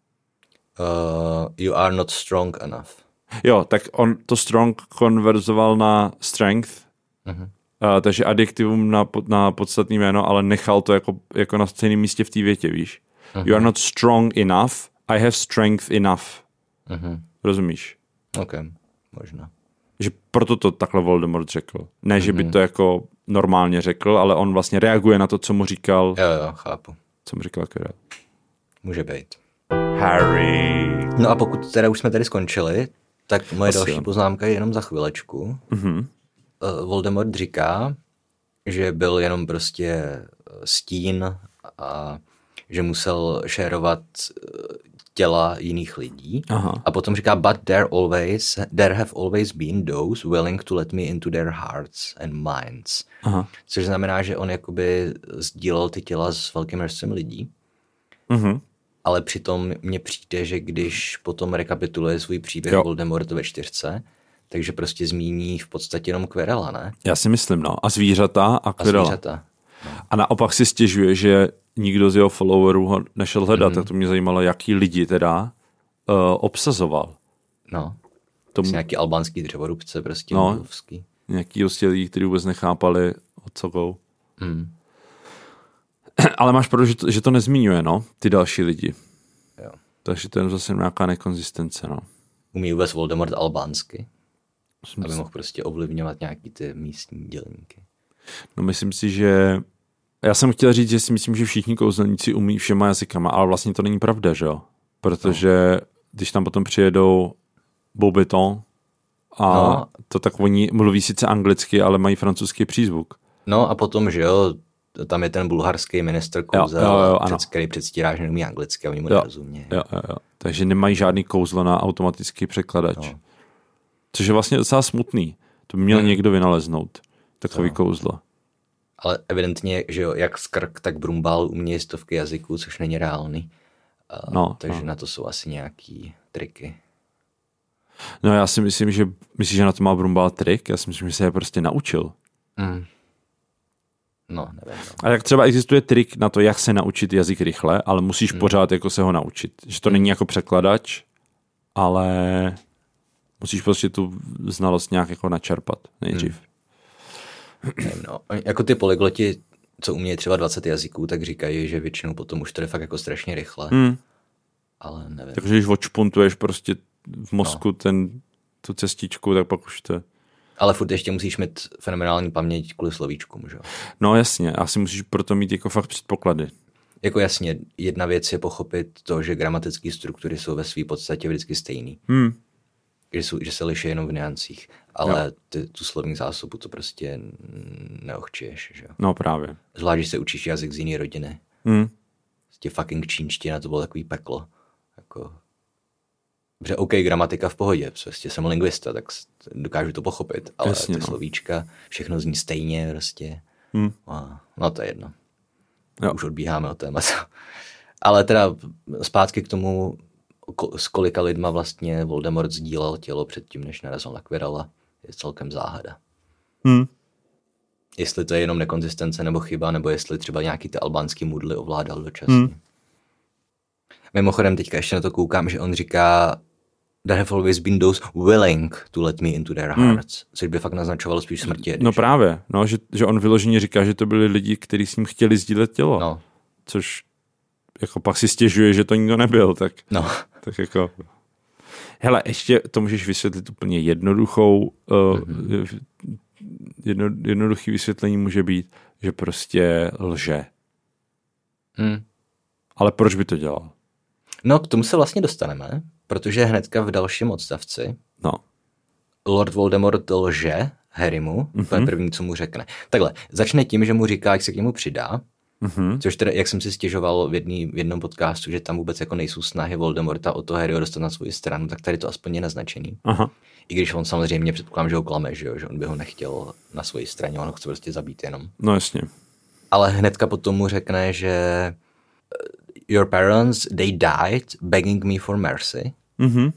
you are not strong enough. Jo, tak on to strong konverzoval na strength, uh-huh. uh, takže adjektivum na, na podstatný jméno, ale nechal to jako, jako na stejném místě v té větě, víš. Uh-huh. You are not strong enough, I have strength enough. Uh-huh. Rozumíš? Ok, možná. Že proto to takhle Voldemort řekl. Ne, uh-huh. že by to jako normálně řekl, ale on vlastně reaguje na to, co mu říkal. Jo, jo, chápu. Co mu říkal Quirrell. Může být. Harry. No a pokud teda už jsme tady skončili, tak moje Asi další jo. poznámka je jenom za chvilečku. Uh-huh. Uh, Voldemort říká, že byl jenom prostě stín a že musel šérovat těla jiných lidí. Aha. A potom říká, but there always, there have always been those willing to let me into their hearts and minds. Aha. Což znamená, že on jakoby sdílel ty těla s velkým množstvím lidí. Uh-huh. Ale přitom mně přijde, že když potom rekapituluje svůj příběh jo. Voldemort ve čtyřce, takže prostě zmíní v podstatě jenom Quirrella, ne? Já si myslím, no. A zvířata a Quirrella. A zvířata. No. A naopak si stěžuje, že nikdo z jeho followerů ho nešel hledat, mm-hmm. tak to mě zajímalo, jaký lidi teda uh, obsazoval. No, Tomu... nějaký albánský dřevorubce, prostě no, mluvský. Nějaký hostělí lidí, kteří vůbec nechápali, o co jdou. Mm. Ale máš pravdu, že to, že to nezmiňuje, no, ty další lidi. Jo. Takže to je zase nějaká nekonzistence, no. Umí vůbec Voldemort albánsky? Myslím aby si... mohl prostě ovlivňovat nějaký ty místní dělníky. No myslím si, že... Já jsem chtěl říct, že si myslím, že všichni kouzelníci umí všema jazykama, ale vlastně to není pravda, že jo? Protože no. když tam potom přijedou Beauxbatons a no. to tak oni mluví sice anglicky, ale mají francouzský přízvuk. No a potom, že jo, tam je ten bulharský ministr kouzel, jo, jo, jo, před, který předstírá, že nemí anglicky a oni mu nerozumí. Jo, jo, jo. Takže nemají žádný kouzlo na automatický překladač. No. Což je vlastně docela smutný. To by měl hmm. někdo vynaleznout. Takový no. kouzlo. Ale evidentně, že jo, jak Skrk, tak Brumbál umějí stovky jazyků, což není reálný. No, takže no. na to jsou asi nějaký triky. No já si myslím, že myslíš, že na to má Brumbál trik? Já si myslím, že se je prostě naučil. Mm. No, nevím. No. A jak třeba existuje trik na to, jak se naučit jazyk rychle, ale musíš mm. pořád jako se ho naučit. Že to mm. není jako překladač, ale musíš prostě tu znalost nějak jako načerpat nejdřív. Mm. Nevím, no. Jako ty polygloti, co umějí třeba dvacet jazyků, tak říkají, že většinou potom už to jde fakt jako strašně rychle. Hmm. Ale nevím. Takže když odšpuntuješ prostě v mozku no. ten, tu cestičku, tak pak už to... Ale furt ještě musíš mít fenomenální paměť kvůli slovíčkům, že jo? No jasně, asi musíš proto mít jako fakt předpoklady. Jako jasně, jedna věc je pochopit to, že gramatické struktury jsou ve své podstatě vždycky stejný. Hmm. Že, jsou, že se liší jenom v nuancích, ale ty, tu slovní zásobu to prostě neochčuješ, že jo? No právě. Zvlášť, když se učíš jazyk z jiné rodiny. Hmm. Tě fucking čínština, to bylo takový peklo. Jako... Protože OK, gramatika v pohodě, prostě jsem lingvista, tak dokážu to pochopit, ale Jasně, ty no. slovíčka, všechno zní stejně prostě. Hmm. No to je jedno. Jo. Už odbíháme od tématu. Ale teda zpátky k tomu, s kolika lidma vlastně Voldemort sdílel tělo předtím, než narazil na Quirrella, je celkem záhada. Hmm. Jestli to je jenom nekonzistence nebo chyba, nebo jestli třeba nějaký ty albánský moodly ovládal dočasně. Hmm. Mimochodem teďka ještě na to koukám, že on říká there have always been those willing to let me into their hearts, hmm. což by fakt naznačovalo spíš smrti. No právě, no, že, že on vyloženě říká, že to byli lidi, kteří s ním chtěli sdílet tělo. No. Což jako pak si stěžuje, že to nikdo nebyl, tak, no. tak jako... Hele, ještě to můžeš vysvětlit úplně jednoduchou, uh, mm-hmm. jedno, jednoduchý vysvětlení může být, že prostě lže. Mm. Ale proč by to dělal? No, k tomu se vlastně dostaneme, protože hnedka v dalším odstavci No. Lord Voldemort lže Harrymu, mm-hmm. to je první, co mu řekne. Takhle, začne tím, že mu říká, jak se k němu přidá, mm-hmm. což teda, jak jsem si stěžoval v, jedný, v jednom podcastu, že tam vůbec jako nejsou snahy Voldemorta o to Harryho dostat na svou stranu, tak tady to aspoň je naznačený. Aha. I když on samozřejmě předpokládám, že ho klame, že, jo? Že on by ho nechtěl na své straně, on ho chce prostě zabít jenom. No jasně. Ale hnedka potom mu řekne, že your parents, they died begging me for mercy. Mhm.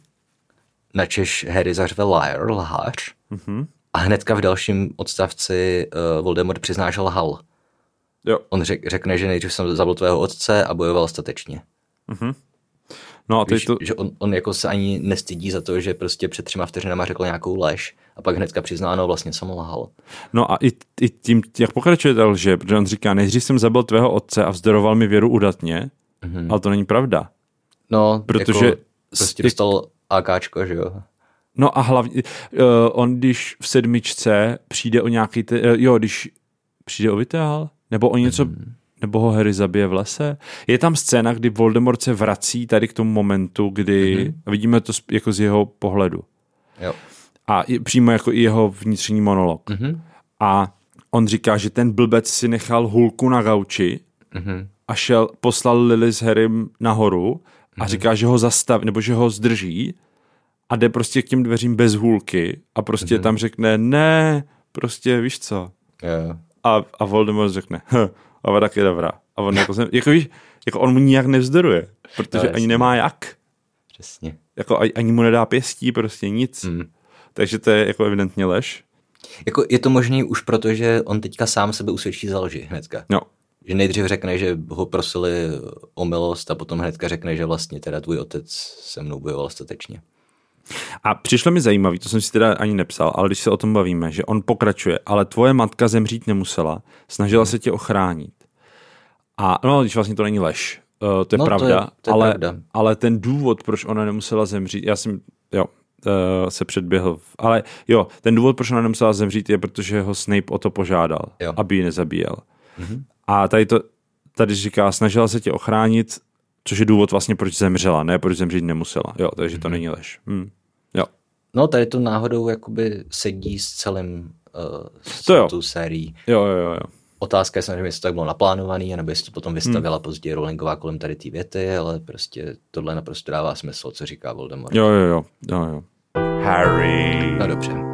Načež Harry zařve liar, lhář. Mm-hmm. A hnedka v dalším odstavci uh, Voldemort přizná, že lhal. Jo. On řek, řekne, že nejdřív jsem zabil tvého otce a bojoval statečně. Mm-hmm. No a Víš, to... že on, on jako se ani nestydí za to, že prostě před třema vteřinama řekl nějakou lež a pak hnedka přizná, no vlastně jsem lhal. No a i, i tím, jak pokračuje ta lže, protože on říká, nejdřív jsem zabil tvého otce a vzdoroval mi věru udatně, mm-hmm. ale to není pravda. No, protože jako prostě dostal AKčko, že jo. No a hlavně, uh, on když v sedmičce přijde o nějaký, te, uh, jo, když přijde o vytál, nebo o něco, mm. nebo ho Harry zabije v lese. Je tam scéna, kdy Voldemort se vrací tady k tomu momentu, kdy mm. vidíme to jako z jeho pohledu. Jo. A je, přímo jako i jeho vnitřní monolog. Mm. A on říká, že ten blbec si nechal hulku na gauči mm. a šel, poslal Lily s Harrym nahoru a mm. říká, že ho zastaví, nebo že ho zdrží a jde prostě k těm dveřím bez hůlky a prostě mm-hmm. tam řekne, ne, prostě víš co. Yeah. A, a Voldemort řekne, hm, a tak je dobrá. A on jako, jsem, jako víš, jako on mu nijak nevzdoruje, protože no, ani nemá jak. Přesně. Jako ani mu nedá pěstí, prostě nic. Mm. Takže to je jako evidentně lež. Jako je to možný už proto, že on teďka sám sebe usvědčí za lži hnedka. No. Že nejdřív řekne, že ho prosili o milost a potom hnedka řekne, že vlastně teda tvůj otec se mnou bojoval statečně. A přišlo mi zajímavý, to jsem si teda ani nepsal, ale když se o tom bavíme, že on pokračuje, ale tvoje matka zemřít nemusela, snažila hmm. se tě ochránit. A no, když vlastně to není lež, uh, to je no, pravda, to je, to je ale, pravda, ale ten důvod, proč ona nemusela zemřít, já jsem, jo, uh, se předběhl, ale jo, ten důvod, proč ona nemusela zemřít, je, protože ho Snape o to požádal, jo. aby ji nezabíjel. Hmm. A tady to, tady říká, snažila se tě ochránit, což je důvod vlastně, proč zemřela, ne proč zemřít nemusela. Jo, takže hmm. to není lež. Hmm. Jo. No, tady to náhodou jakoby sedí s celým uh, s tou sérií. Jo, jo, jo. Otázka je samozřejmě, jestli to tak bylo naplánovaný, nebo jestli to potom vystavila hmm. později Rowlingová kolem tady té věty, ale prostě tohle naprosto dává smysl, co říká Voldemort. Jo, jo, jo. jo, jo. Harry. No dobře. Uh,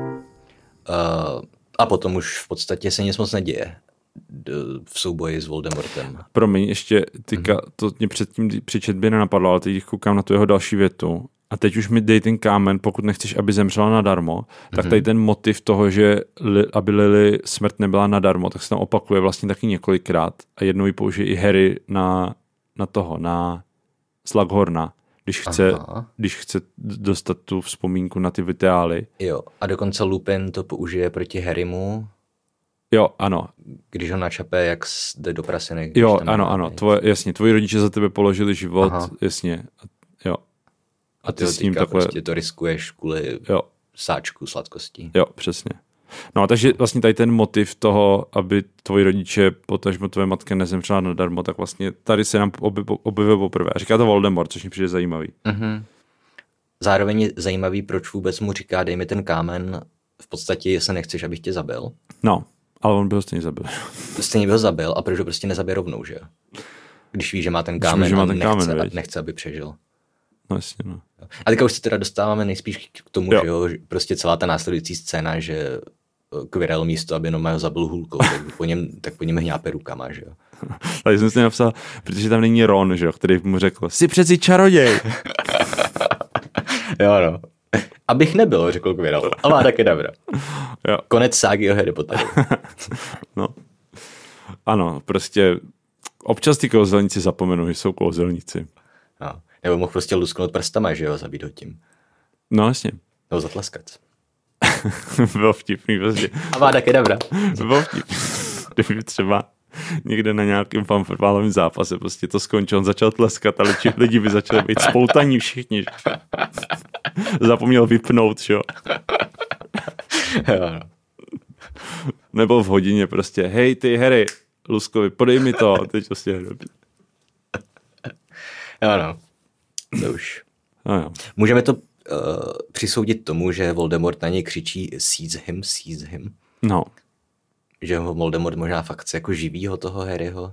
a potom už v podstatě se nic moc neděje v souboji s Voldemortem. Promiň, ještě tyka, mm-hmm. to mě předtím při četbě nenapadlo, ale teď koukám na tu jeho další větu a teď už mi dej ten kámen, pokud nechceš, aby zemřela nadarmo, mm-hmm. tak tady ten motiv toho, že li, aby Lily smrt nebyla nadarmo, tak se tam opakuje vlastně taky několikrát a jednou ji použije i Harry na, na toho, na Slughorna, když chce, když chce dostat tu vzpomínku na ty vitály. Jo, a dokonce Lupin to použije proti Harrymu. Jo, ano. Když ho načape, jak jde do prasiny. Jo, ano, ano, tvoje, jasně, tvoji rodiče za tebe položili život, aha. jasně, jo. A ty, a ty s ním takhle... prostě to riskuješ kvůli jo. sáčku sladkostí. Jo, přesně. No a takže vlastně tady ten motiv toho, aby tvoji rodiče, potažmo tvoje matka nezemřela nadarmo, tak vlastně tady se nám objevuje poprvé. A říká to Voldemort, což mi přijde zajímavý. Mm-hmm. Zároveň je zajímavý, proč vůbec mu říká, dej mi ten kámen, v podstatě, jestli nechceš, abych tě zabil. No. Ale on by ho stejně zabil. Stejně by ho zabil a proč ho prostě nezabije rovnou, že jo? Když ví, že má ten kámen, že má ten kámen, nechce, kámen nechce, aby přežil. No jasně, no. A teďka už se teda dostáváme nejspíš k tomu, jo. že jo, že prostě celá ta následující scéna, že Quirrell místo, aby jenom ho zabil hůlkou, tak po něm, tak po něm hňápe rukama, že jo. Ale jsem si napsal, protože tam není Ron, že jo, který mu řekl, jsi přeci čaroděj. Jo, no. Abych nebyl, řekl Quirrell. A má taky dobra. Jo. Konec ságy o Harry Potteru. No. Ano, prostě občas ty kouzelníci zapomenou, že jsou kouzelníci. No. Nebo mohl prostě lusknout prstama, že jo, zabít ho tím. No jasně. Nebo zatleskat. Bylo vtipný prostě. A má taky dobra. Bylo vtipný. Kdyby třeba někde na nějakém fanfotbalovém zápase prostě to skončil, on začal tleskat, ale lidi by začali být spoutaní všichni. Zapomněl vypnout, že jo. Jo, no. Nebo v hodině prostě, hej ty Harry, Luskovi, podej mi to. Teď prostě... Jo, no. To už. No jo. Můžeme to uh, přisoudit tomu, že Voldemort na něj křičí seize him, seize him. No. Že ho Voldemort možná fakt chce jako živýho toho Harryho.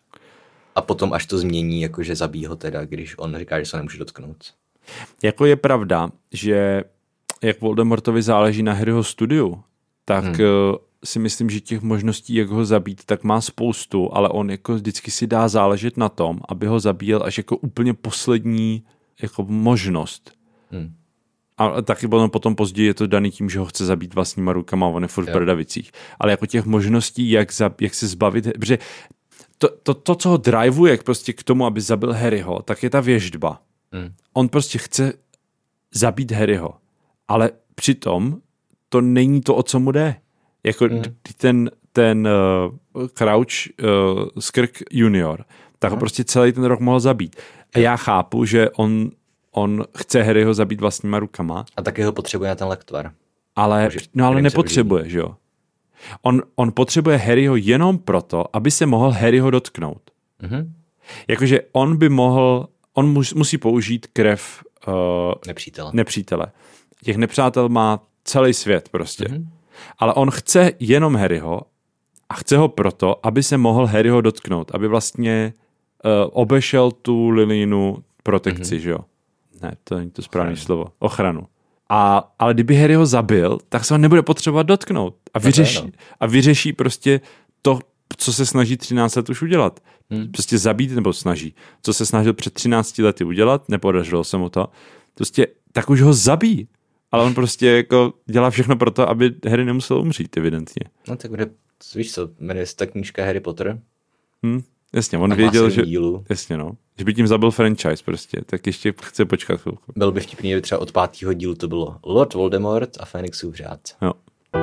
A potom až to změní, jakože zabíjí ho teda, když on říká, že se nemůže dotknout. Jako je pravda, že jak Voldemortovi záleží na Harryho studiu, tak hmm. si myslím, že těch možností, jak ho zabít, tak má spoustu, ale on jako vždycky si dá záležet na tom, aby ho zabíjel až jako úplně poslední jako možnost. Hmm. A taky potom, potom později je to daný tím, že ho chce zabít vlastníma rukama, on je furt v prdavicích. Ale jako těch možností, jak, za, jak se zbavit, protože to, to, to, co ho drivuje prostě k tomu, aby zabil Harryho, tak je ta věštba. Hmm. On prostě chce zabít Harryho, ale přitom to není to, o co mu jde. Jako hmm. ten, ten uh, Crouch uh, Skrk junior, tak ho hmm. prostě celý ten rok mohl zabít. A já chápu, že on, on chce Harryho zabít vlastníma rukama. A taky ho potřebuje na ten lektvar. Ale, no ale nepotřebuje, že jo. On, on potřebuje Harryho jenom proto, aby se mohl Harryho dotknout. Hmm. Jakože on by mohl, on mus, musí použít krev uh, nepřítele. nepřítele. Těch nepřátel má celý svět prostě. Mm-hmm. Ale on chce jenom Harryho a chce ho proto, aby se mohl Harryho dotknout, aby vlastně uh, obešel tu Lilinu protekci, mm-hmm. že jo? Ne, to není to správné slovo. Ochranu. A, ale kdyby Harryho zabil, tak se ho nebude potřebovat dotknout. A vyřeší, a vyřeší prostě to, co se snaží třináct let už udělat. Hmm. Prostě zabít, nebo snaží. Co se snažil před třinácti lety udělat, nepodařilo se mu to. Prostě tak už ho zabí. Ale on prostě jako dělá všechno pro to, aby Harry nemusel umřít, evidentně. No tak bude, víš co, jmenuje se ta knížka Harry Potter. Hmm, jasně, on věděl, že... Dílu. Jasně, no. Že by tím zabil franchise prostě, tak ještě chce počkat chvilku. Byl by vtipný, kdyby třeba od pátého dílu to bylo Lord Voldemort a Fénixův řád. Jo.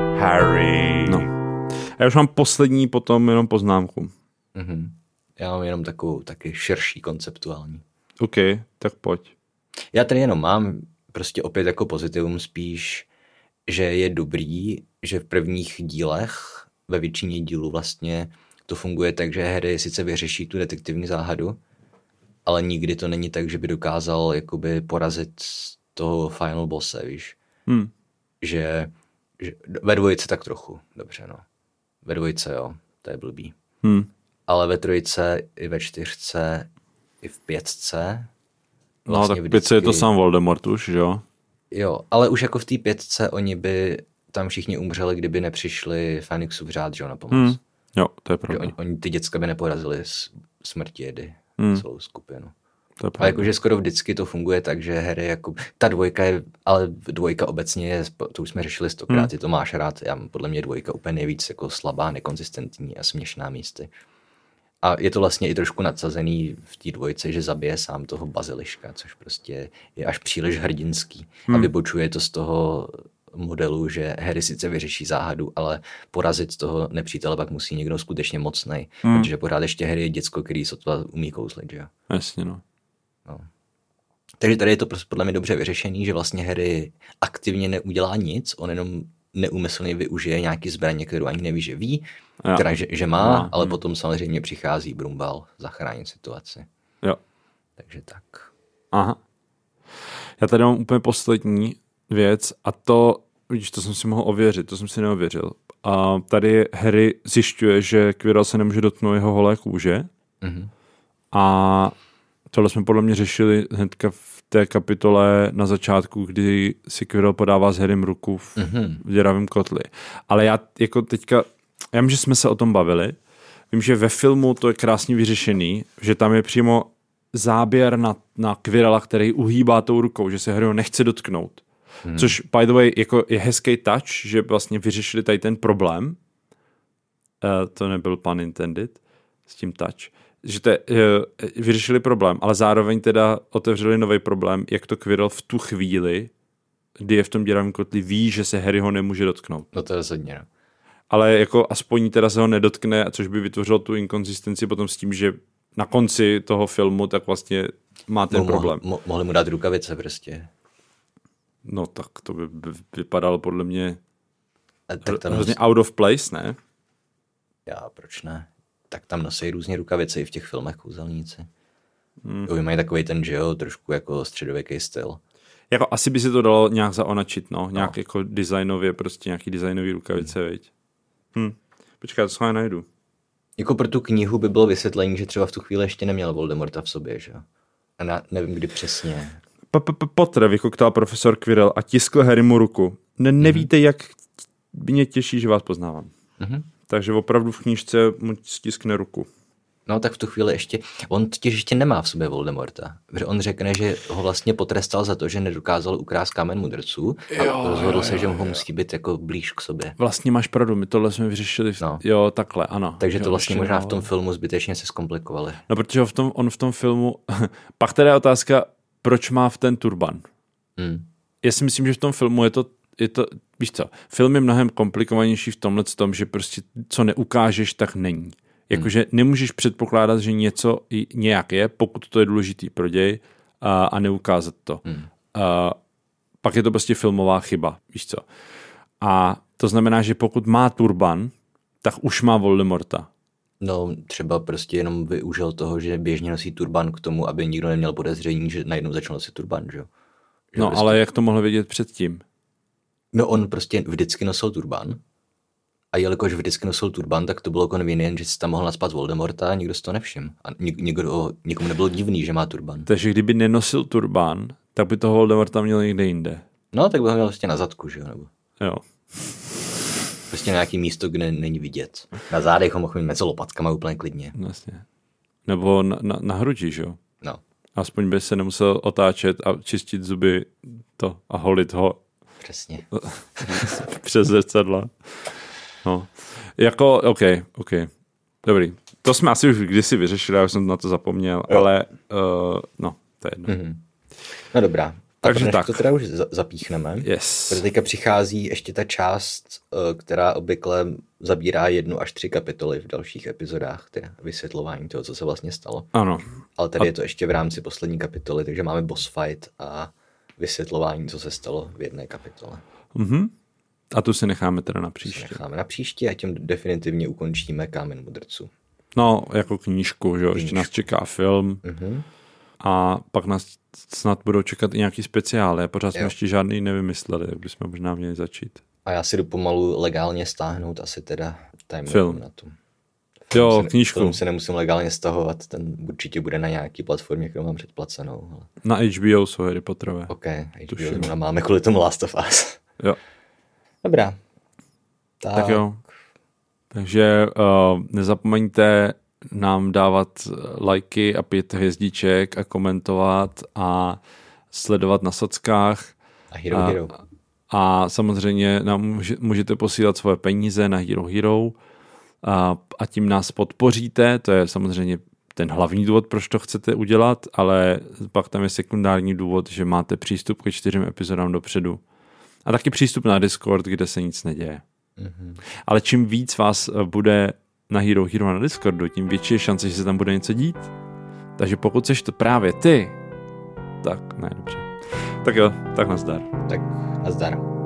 Harry. No. A já už mám poslední potom jenom poznámku. Mhm. Já mám jenom takovou taky širší konceptuální. OK, tak pojď. Já tady jenom mám prostě opět jako pozitivum spíš, že je dobrý, že v prvních dílech, ve většině dílů vlastně to funguje tak, že Harry sice vyřeší tu detektivní záhadu, ale nikdy to není tak, že by dokázal jakoby porazit toho final bosse, víš. Hmm. Že, že ve dvojice tak trochu, dobře no. Ve dvojice jo, to je blbý. Hmm. Ale ve trojice, i ve čtyřce, i v pětce. Vlastně no tak v pětce je to sám Voldemort už, že jo? Jo, ale už jako v té pětce oni by tam všichni umřeli, kdyby nepřišli Fénixův řád, že jo, na pomoc. Hmm. Jo, to je pravda. Oni, oni ty děcka by neporazili smrti Jedy, hmm. celou skupinu. To je a jakože skoro vždycky to funguje tak, že Harry jako, ta dvojka je, ale dvojka obecně je, to už jsme řešili stokrát, hmm. ty to máš rád, já, podle mě dvojka úplně nejvíc jako slabá, nekonzistentní a směšná místy. A je to vlastně i trošku nadsazený v té dvojce, že zabije sám toho baziliška, což prostě je až příliš hrdinský. Hmm. A vybočuje to z toho modelu, že Harry sice vyřeší záhadu, ale porazit toho nepřítele pak musí někdo skutečně mocnej. Hmm. Protože pořád ještě Harry je děcko, který sotva umí kouzlit, že jo? Jasně, no. no. Takže tady je to prostě podle mě dobře vyřešený, že vlastně Harry aktivně neudělá nic, on jenom neúmyslně využije nějaký zbraně, kterou ani neví, že ví, ja. která, že, že má, ja. ale hmm. potom samozřejmě přichází Brumbál zachránit situaci. Jo. Takže tak. Aha. Já tady mám úplně poslední věc a to, vidíš, to jsem si mohl ověřit, to jsem si neověřil. A tady Harry zjišťuje, že Quirrell se nemůže dotknout jeho holé kůže. Mm-hmm. A tohle jsme podle mě řešili hnedka v té kapitole na začátku, kdy si Quirrell podává s Harrym ruku v, mm-hmm. v děravém kotli. Ale já jako teďka, já vím, že jsme se o tom bavili, vím, že ve filmu to je krásně vyřešený, že tam je přímo záběr na, na Quirrella, který uhýbá tou rukou, že se Harryho nechce dotknout. Hmm. Což, by the way, jako je hezký touch, že vlastně vyřešili tady ten problém. Uh, to nebyl pun intended s tím touch. Že te, uh, vyřešili problém, ale zároveň teda otevřeli nový problém, jak to Quirrell v tu chvíli, kdy je v tom děravém kotli, ví, že se Harryho nemůže dotknout. No to je rozhodně, no. Ale jako aspoň teda se ho nedotkne, což by vytvořilo tu inkonzistenci potom s tím, že na konci toho filmu tak vlastně má ten mo- problém. Mo- mohli mu dát rukavice prostě. No tak to by, by vypadalo podle mě tak hrozně nos... out of place, ne? Já, proč ne? Tak tam nosí různě rukavice i v těch filmech kouzelníci. Hmm. Oni mají takovej ten, že jo, trošku jako středověký styl. Jako asi by se to dalo nějak zaonačit, no. Nějak no. jako designově, prostě nějaký designový rukavice, hmm. viď. Hm. Počkej, to se najdu. Jako pro tu knihu by bylo vysvětlení, že třeba v tu chvíli ještě neměl Voldemorta v sobě, že jo. A na, nevím, kdy přesně. Potter, vykoktal profesor Quirrell a tiskl Harrymu ruku. Ne, nevíte, jak mě těší, že vás poznávám. Mm-hmm. Takže opravdu v knížce mu stiskne ruku. No tak v tu chvíli ještě, on totiž ještě nemá v sobě Voldemorta. Protože on řekne, že ho vlastně potrestal za to, že nedokázal ukrást kámen mudrců a jo, rozhodl jo, se, jo, že ho musí být jako blíž k sobě. Vlastně máš pravdu, my tohle jsme vyřešili, v... no. jo, takhle, ano. Takže jo, to vlastně možná v tom filmu zbytečně se zkomplikovali. No protože v tom, on v tom filmu, pak teda je otázka, proč má v ten turban. Hmm. Já si myslím, že v tom filmu je to, je to, víš co, film je mnohem komplikovanější v tomhle tom, že prostě co neukážeš, tak není. Jakože nemůžeš předpokládat, že něco nějak je, pokud to je důležitý pro děj a, a neukázat to. Hmm. A pak je to prostě filmová chyba, víš co. A to znamená, že pokud má turban, tak už má Voldemorta. No třeba prostě jenom využil toho, že běžně nosí turban k tomu, aby nikdo neměl podezření, že najednou začal nosit turban, že jo. No prostě... ale jak to mohl vědět předtím? No on prostě vždycky nosil turban. A jelikož vždycky nosil turban, tak to bylo convenient, že si tam mohl naspat Voldemorta a nikdo si to nevšiml. A nikdo, nikomu nebylo divný, že má turban. Takže kdyby nenosil turban, tak by toho Voldemorta měl někde jinde. No, tak by ho měl prostě na zadku, že jo? Nebo... Jo. Prostě na nějaký místo, kde není vidět. Na zádech ho mohl mít mezi lopatkama úplně klidně. Vlastně. Nebo na, na, na hrudi, že jo? No. Aspoň by se nemusel otáčet a čistit zuby to a holit ho. Přesně. Přes zrcadla. No. Jako, OK, OK. Dobrý. To jsme asi už kdysi vyřešili, já jsem na to zapomněl, jo. ale uh, no, to je jedno. Mm-hmm. No dobrá. Takže tak. To teda už zapíchneme. Yes. Protože teďka přichází ještě ta část, která obvykle zabírá jednu až tři kapitoly v dalších epizodách, teda vysvětlování toho, co se vlastně stalo. Ano. Ale tady a... je to ještě v rámci poslední kapitoly, takže máme boss fight a vysvětlování, co se stalo v jedné kapitole. Mhm. A tu si necháme teda na příště. necháme na příště a tím definitivně ukončíme Kámen mudrců. No, jako knížku, že jo, ještě nás čeká film uh-huh. a pak nás snad budou čekat i nějaký speciály. Pořád jsme jo. ještě žádný nevymysleli, jak bychom možná měli začít. A já si jdu pomalu legálně stáhnout asi teda time film. Na tom. Film jo, se, knížku. Film se nemusím legálně stahovat, ten určitě bude na nějaký platformě, kterou mám předplacenou. Ale... Na H B O jsou Harry Potterové. OK, H B O máme kvůli tomu Last of Us. Jo. Dobrá. Tak, tak jo. Takže uh, nezapomeňte nám dávat lajky a pět hvězdiček a komentovat a sledovat na sockách. A Hero a, Hero. A samozřejmě nám můžete posílat svoje peníze na Hero Hero a, a tím nás podpoříte. To je samozřejmě ten hlavní důvod, proč to chcete udělat, ale pak tam je sekundární důvod, že máte přístup ke čtyřem epizodám dopředu. A taky přístup na Discord, kde se nic neděje. Mm-hmm. Ale čím víc vás bude na Hero Hero na Discordu, tím větší je šance, že se tam bude něco dít. Takže pokud seš to právě ty, tak ne, dobře. Tak jo, tak nazdar. Tak nazdar.